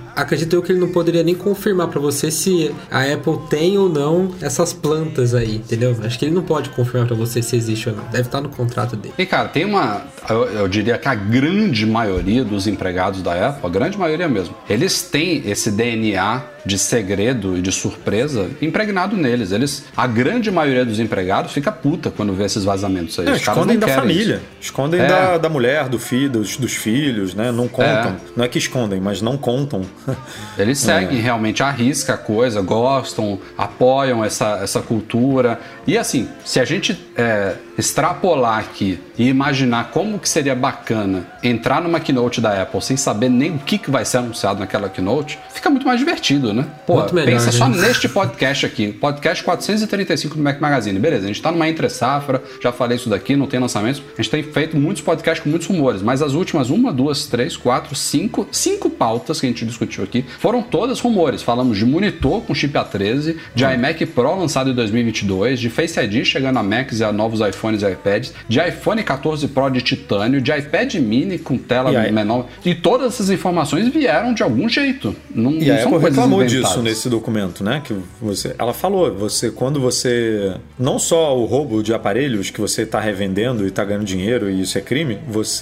acredito eu que ele não poderia nem confirmar pra você se a Apple tem ou não essas plantas aí, entendeu? Acho que ele não pode confirmar pra você se existe ou não. Deve estar no contrato dele. E, cara, tem eu diria que a grande maioria dos empregados da Apple, a grande maioria mesmo, eles têm esse DNA de segredo e de surpresa impregnado neles. A grande maioria dos empregados fica puta quando vê esses vazamentos aí. Escondem da família, escondem da mulher, do filho, dos filhos, né? Não contam. Não é que escondem, mas não contam. Eles seguem realmente à risca a coisa, gostam, apoiam essa cultura. E assim, se a gente extrapolar aqui e imaginar como que seria bacana entrar numa keynote da Apple sem saber nem o que vai ser anunciado naquela keynote, fica muito mais divertido, né? Pô, pensa só neste podcast aqui, podcast 435 do Mac Magazine. Beleza, a gente tá numa entre-safra, já falei isso daqui, não tem lançamentos. A gente tem feito muitos podcasts com muitos rumores, mas as últimas 1, 2, 3, 4, 5 pautas que a gente discutiu aqui foram todas rumores. Falamos de monitor com chip A13, de iMac Pro lançado em 2022, de Face ID chegando a Macs e a novos iPhones e iPads, de iPhone 14 Pro de titânio, de iPad mini com tela menor. E todas essas informações vieram de algum jeito. Não e a são Apple coisas reclamou inventadas. disso nesse documento, né? Que ela falou, quando você... Não só o roubo de aparelhos que você está revendendo e está ganhando dinheiro e isso é crime,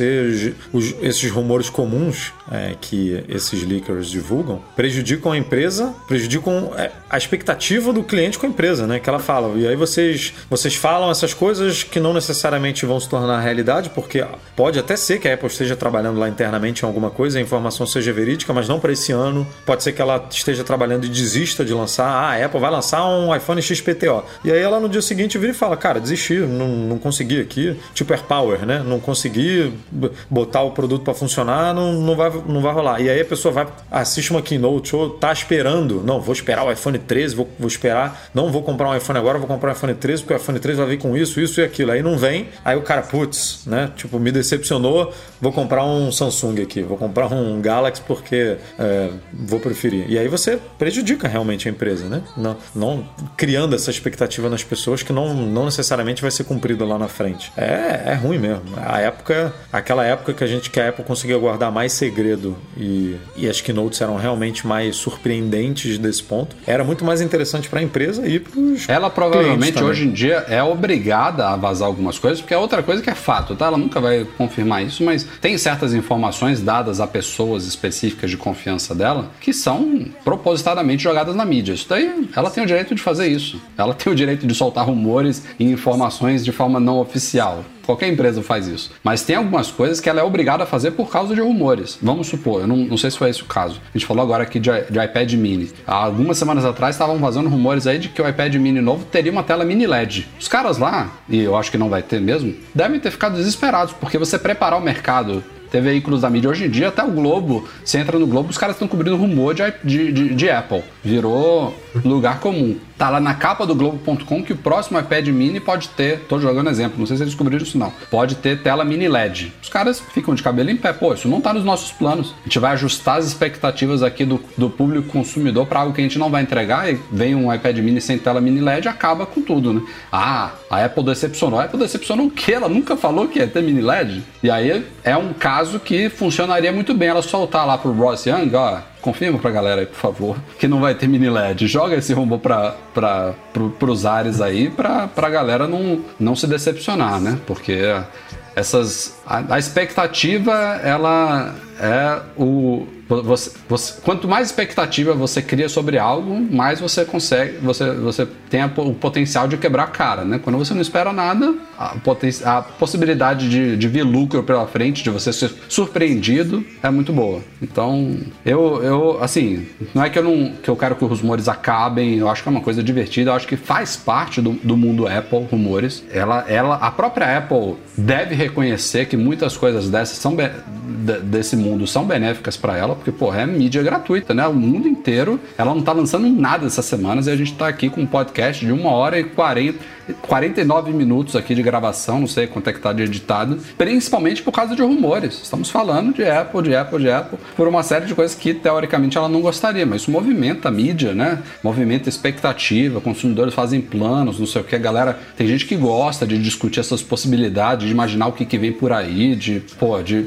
esses rumores comuns que esses leakers divulgam prejudicam a empresa, prejudicam a expectativa do cliente com a empresa, né? Que ela fala. E aí vocês falam essas coisas que não necessariamente vão se tornar realidade, porque pode até ser que a Apple esteja trabalhando lá internamente em alguma coisa, a informação seja verídica, mas não para esse ano. Pode ser que ela esteja trabalhando e desista de lançar. A Apple vai lançar um iPhone XPTO. E aí ela no dia seguinte vira e fala, cara, desisti, não consegui aqui. Tipo AirPower, né? Não consegui botar o produto para funcionar, não vai rolar. E aí a pessoa assiste uma keynote ou tá esperando. Não, vou esperar o iPhone 13, vou esperar. Não vou comprar um iPhone agora, vou comprar um iPhone 13, porque o iPhone 13 vai vir com isso e aquilo. Aí não vem, aí o cara, putz, né? Tipo, me decepcionou, vou comprar um Samsung aqui, vou comprar um Galaxy porque vou preferir. E aí você prejudica realmente a empresa, né? Não criando essa expectativa nas pessoas que não necessariamente vai ser cumprida lá na frente. É ruim mesmo. Aquela época que a Apple conseguia guardar mais segredo e as keynotes eram realmente mais surpreendentes desse ponto, era muito mais interessante para a empresa e para os Ela provavelmente hoje em dia é obrigada a vazar algumas coisas, porque é outra coisa que é fato, tá? Ela nunca vai confirmar isso, mas tem certas informações dadas a pessoas específicas de confiança dela que são propositadamente jogadas na mídia. Isso daí, ela tem o direito de fazer isso. Ela tem o direito de soltar rumores e informações de forma não oficial. Qualquer empresa faz isso. Mas tem algumas coisas que ela é obrigada a fazer por causa de rumores. Vamos supor, eu não sei se foi esse o caso. A gente falou agora aqui de iPad mini. Há algumas semanas atrás estavam vazando rumores aí de que o iPad mini novo teria uma tela mini LED. Os caras lá, e eu acho que não vai ter mesmo, devem ter ficado desesperados, porque você preparar o mercado... Tem veículos da mídia hoje em dia, até o Globo. Você entra no Globo, os caras estão cobrindo rumor de Apple. Virou lugar comum. Tá lá na capa do Globo.com que o próximo iPad mini pode ter, tô jogando exemplo, não sei se eles descobriram isso não, pode ter tela mini LED. Os caras ficam de cabelo em pé. Pô, isso não tá nos nossos planos. A gente vai ajustar as expectativas aqui do público consumidor para algo que a gente não vai entregar, e vem um iPad mini sem tela mini LED, acaba com tudo, né? Ah, a Apple decepcionou. A Apple decepcionou o quê? Ela nunca falou que ia ter mini LED? E aí é um caso que funcionaria muito bem ela soltar lá pro Ross Young, ó, confirma pra galera aí, por favor, que não vai ter mini LED. Joga esse rumor pros ares aí pra galera não se decepcionar, né? Porque a expectativa, ela é quanto mais expectativa você cria sobre algo, mais você consegue, você tem o potencial de quebrar a cara, né? Quando você não espera nada, a possibilidade de vir lucro pela frente, de você ser surpreendido, é muito boa. Então, eu assim, não é que eu quero que os rumores acabem, eu acho que é uma coisa divertida, eu acho que faz parte do mundo Apple, rumores. A própria Apple deve reconhecer que muitas coisas desse mundo são benéficas para ela, porque, porra, é mídia gratuita, né? O mundo inteiro, ela não tá lançando nada essas semanas e a gente tá aqui com um podcast de 1h49 minutos aqui de gravação, não sei quanto é que tá de editado, principalmente por causa de rumores. Estamos falando de Apple, por uma série de coisas que, teoricamente, ela não gostaria, mas isso movimenta a mídia, né? Movimenta a expectativa, consumidores fazem planos, não sei o que, tem gente que gosta de discutir essas possibilidades, de imaginar o que vem por aí, a galera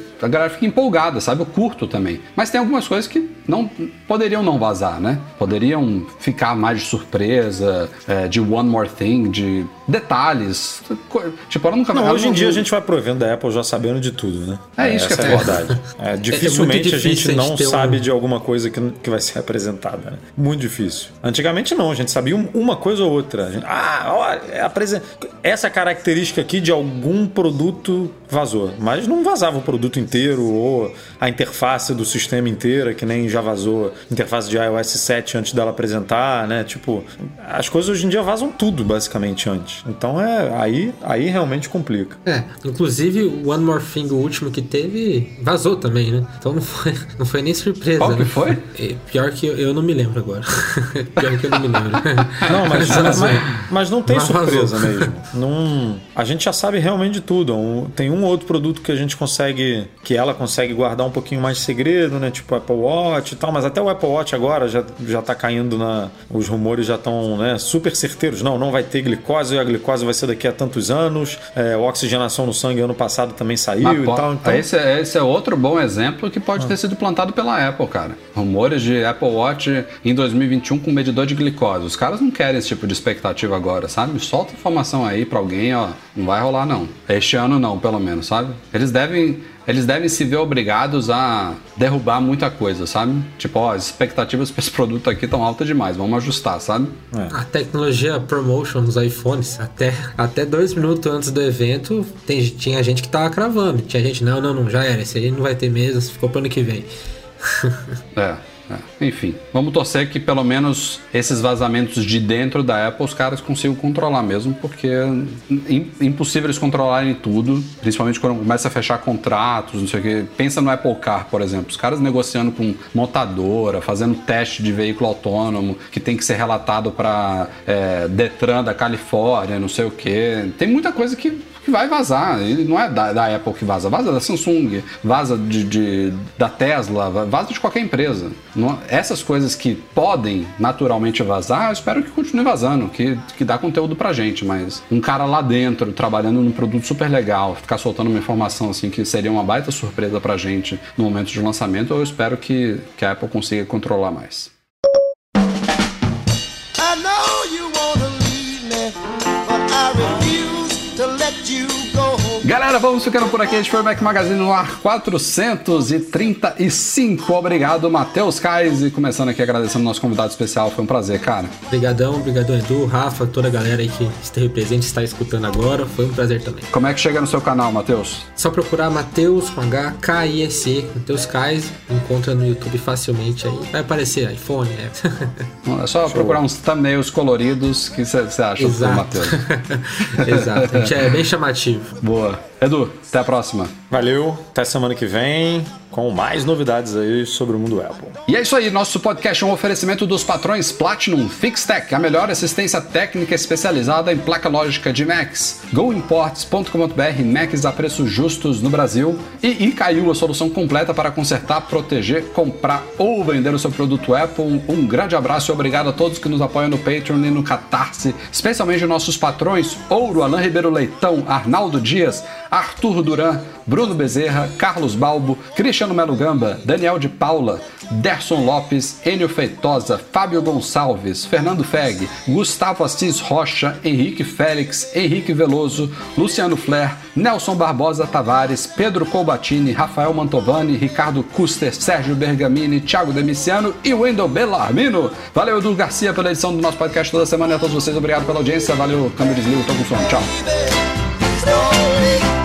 fica empolgada, sabe? Eu curto também. Mas tem algumas coisas que não poderiam não vazar, né? Poderiam ficar mais de surpresa, de one more thing, de detalhes. Tipo, ela nunca... Hoje em dia a gente vai pro evento da Apple já sabendo de tudo, né? Isso que é verdade. Dificilmente a gente não sabe de alguma coisa que vai ser apresentada, né? Muito difícil. Antigamente não, a gente sabia uma coisa ou outra. Olha, essa característica aqui de algum produto vazou, mas não vazava o produto inteiro ou a interface do sistema inteira, que nem já vazou a interface de iOS 7 antes dela apresentar, né? Tipo, as coisas hoje em dia vazam tudo basicamente antes. Então aí realmente complica. Inclusive o One More Thing, o último que teve, vazou também, né? Então não foi nem surpresa. Qual que foi? Pior que eu não me lembro agora. Pior que eu não me lembro. Não, mas não tem surpresa mesmo. Não, a gente já sabe realmente de tudo. Tem um outro produto que a gente consegue, que ela consegue guardar um pouquinho mais de segredo, né? Tipo o Apple Watch e tal, mas até o Apple Watch agora já tá caindo os rumores já estão, né, super certeiros. Não vai ter glicose, a glicose vai ser daqui a tantos anos. A oxigenação no sangue ano passado também saiu e tal. Então... Esse é outro bom exemplo que pode ter sido plantado pela Apple, cara. Rumores de Apple Watch em 2021 com medidor de glicose. Os caras não querem esse tipo de expectativa agora, sabe? Solta informação aí pra alguém, ó. Não vai rolar, não. Este ano não, pelo menos, sabe? Eles devem se ver obrigados a derrubar muita coisa, sabe? Tipo, as expectativas para esse produto aqui estão altas demais, vamos ajustar, sabe? A tecnologia promotion dos iPhones, até 2 minutos antes do evento, tinha gente que tava cravando. Tinha gente, não, já era, esse aí não vai ter mesmo, ficou pro ano que vem. Enfim, vamos torcer que pelo menos esses vazamentos de dentro da Apple os caras consigam controlar mesmo, porque é impossível eles controlarem tudo, principalmente quando começa a fechar contratos, não sei o que. Pensa no Apple Car, por exemplo, os caras negociando com montadora, fazendo teste de veículo autônomo que tem que ser relatado para Detran da Califórnia, não sei o que. Tem muita coisa que vai vazar, e não é da Apple que vaza da Samsung, vaza da Tesla, vaza de qualquer empresa. Essas coisas que podem naturalmente vazar, eu espero que continue vazando, que dá conteúdo pra gente, mas um cara lá dentro, trabalhando num produto super legal, ficar soltando uma informação assim que seria uma baita surpresa pra gente no momento de lançamento, eu espero que a Apple consiga controlar mais. I know you wanna leave me, but I refuse to let you go. Galera, vamos ficando por aqui. Este foi o Mac Magazine no ar 435. Obrigado, Matheus Kais. E começando aqui agradecendo o nosso convidado especial. Foi um prazer, cara. Obrigadão Edu, Rafa, toda a galera aí que esteve presente, está escutando agora. Foi um prazer também. Como é que chega no seu canal, Matheus? Só procurar Matheus com H-K-I-S-E, Matheus Kais. Encontra no YouTube facilmente aí. Vai aparecer iPhone, É só procurar uns thumbnails coloridos que você acha do Matheus. Exato, a gente é bem chamativo. Boa. Edu, até a próxima. Valeu, até semana que vem com mais novidades aí sobre o mundo Apple. E é isso aí, nosso podcast é um oferecimento dos patrões Platinum Fixtech, a melhor assistência técnica especializada em placa lógica de Macs. GoImports.com.br, Macs a preços justos no Brasil. E Icaiu, a solução completa para consertar, proteger, comprar ou vender o seu produto Apple. Um grande abraço e obrigado a todos que nos apoiam no Patreon e no Catarse, especialmente nossos patrões Ouro, Alain Ribeiro Leitão, Arnaldo Dias, Arthur Duran, Bruno Bezerra, Carlos Balbo, Cristiano Melo Gamba, Daniel de Paula, Derson Lopes, Enio Feitosa, Fábio Gonçalves, Fernando Feg, Gustavo Assis Rocha, Henrique Félix, Henrique Veloso, Luciano Flair, Nelson Barbosa Tavares, Pedro Colbatini, Rafael Mantovani, Ricardo Custer, Sérgio Bergamini, Thiago Demiciano e Wendel Bellarmino. Valeu, Edu Garcia, pela edição do nosso podcast toda semana e a todos vocês, obrigado pela audiência. Valeu, câmera desliga, tô com sono, tchau.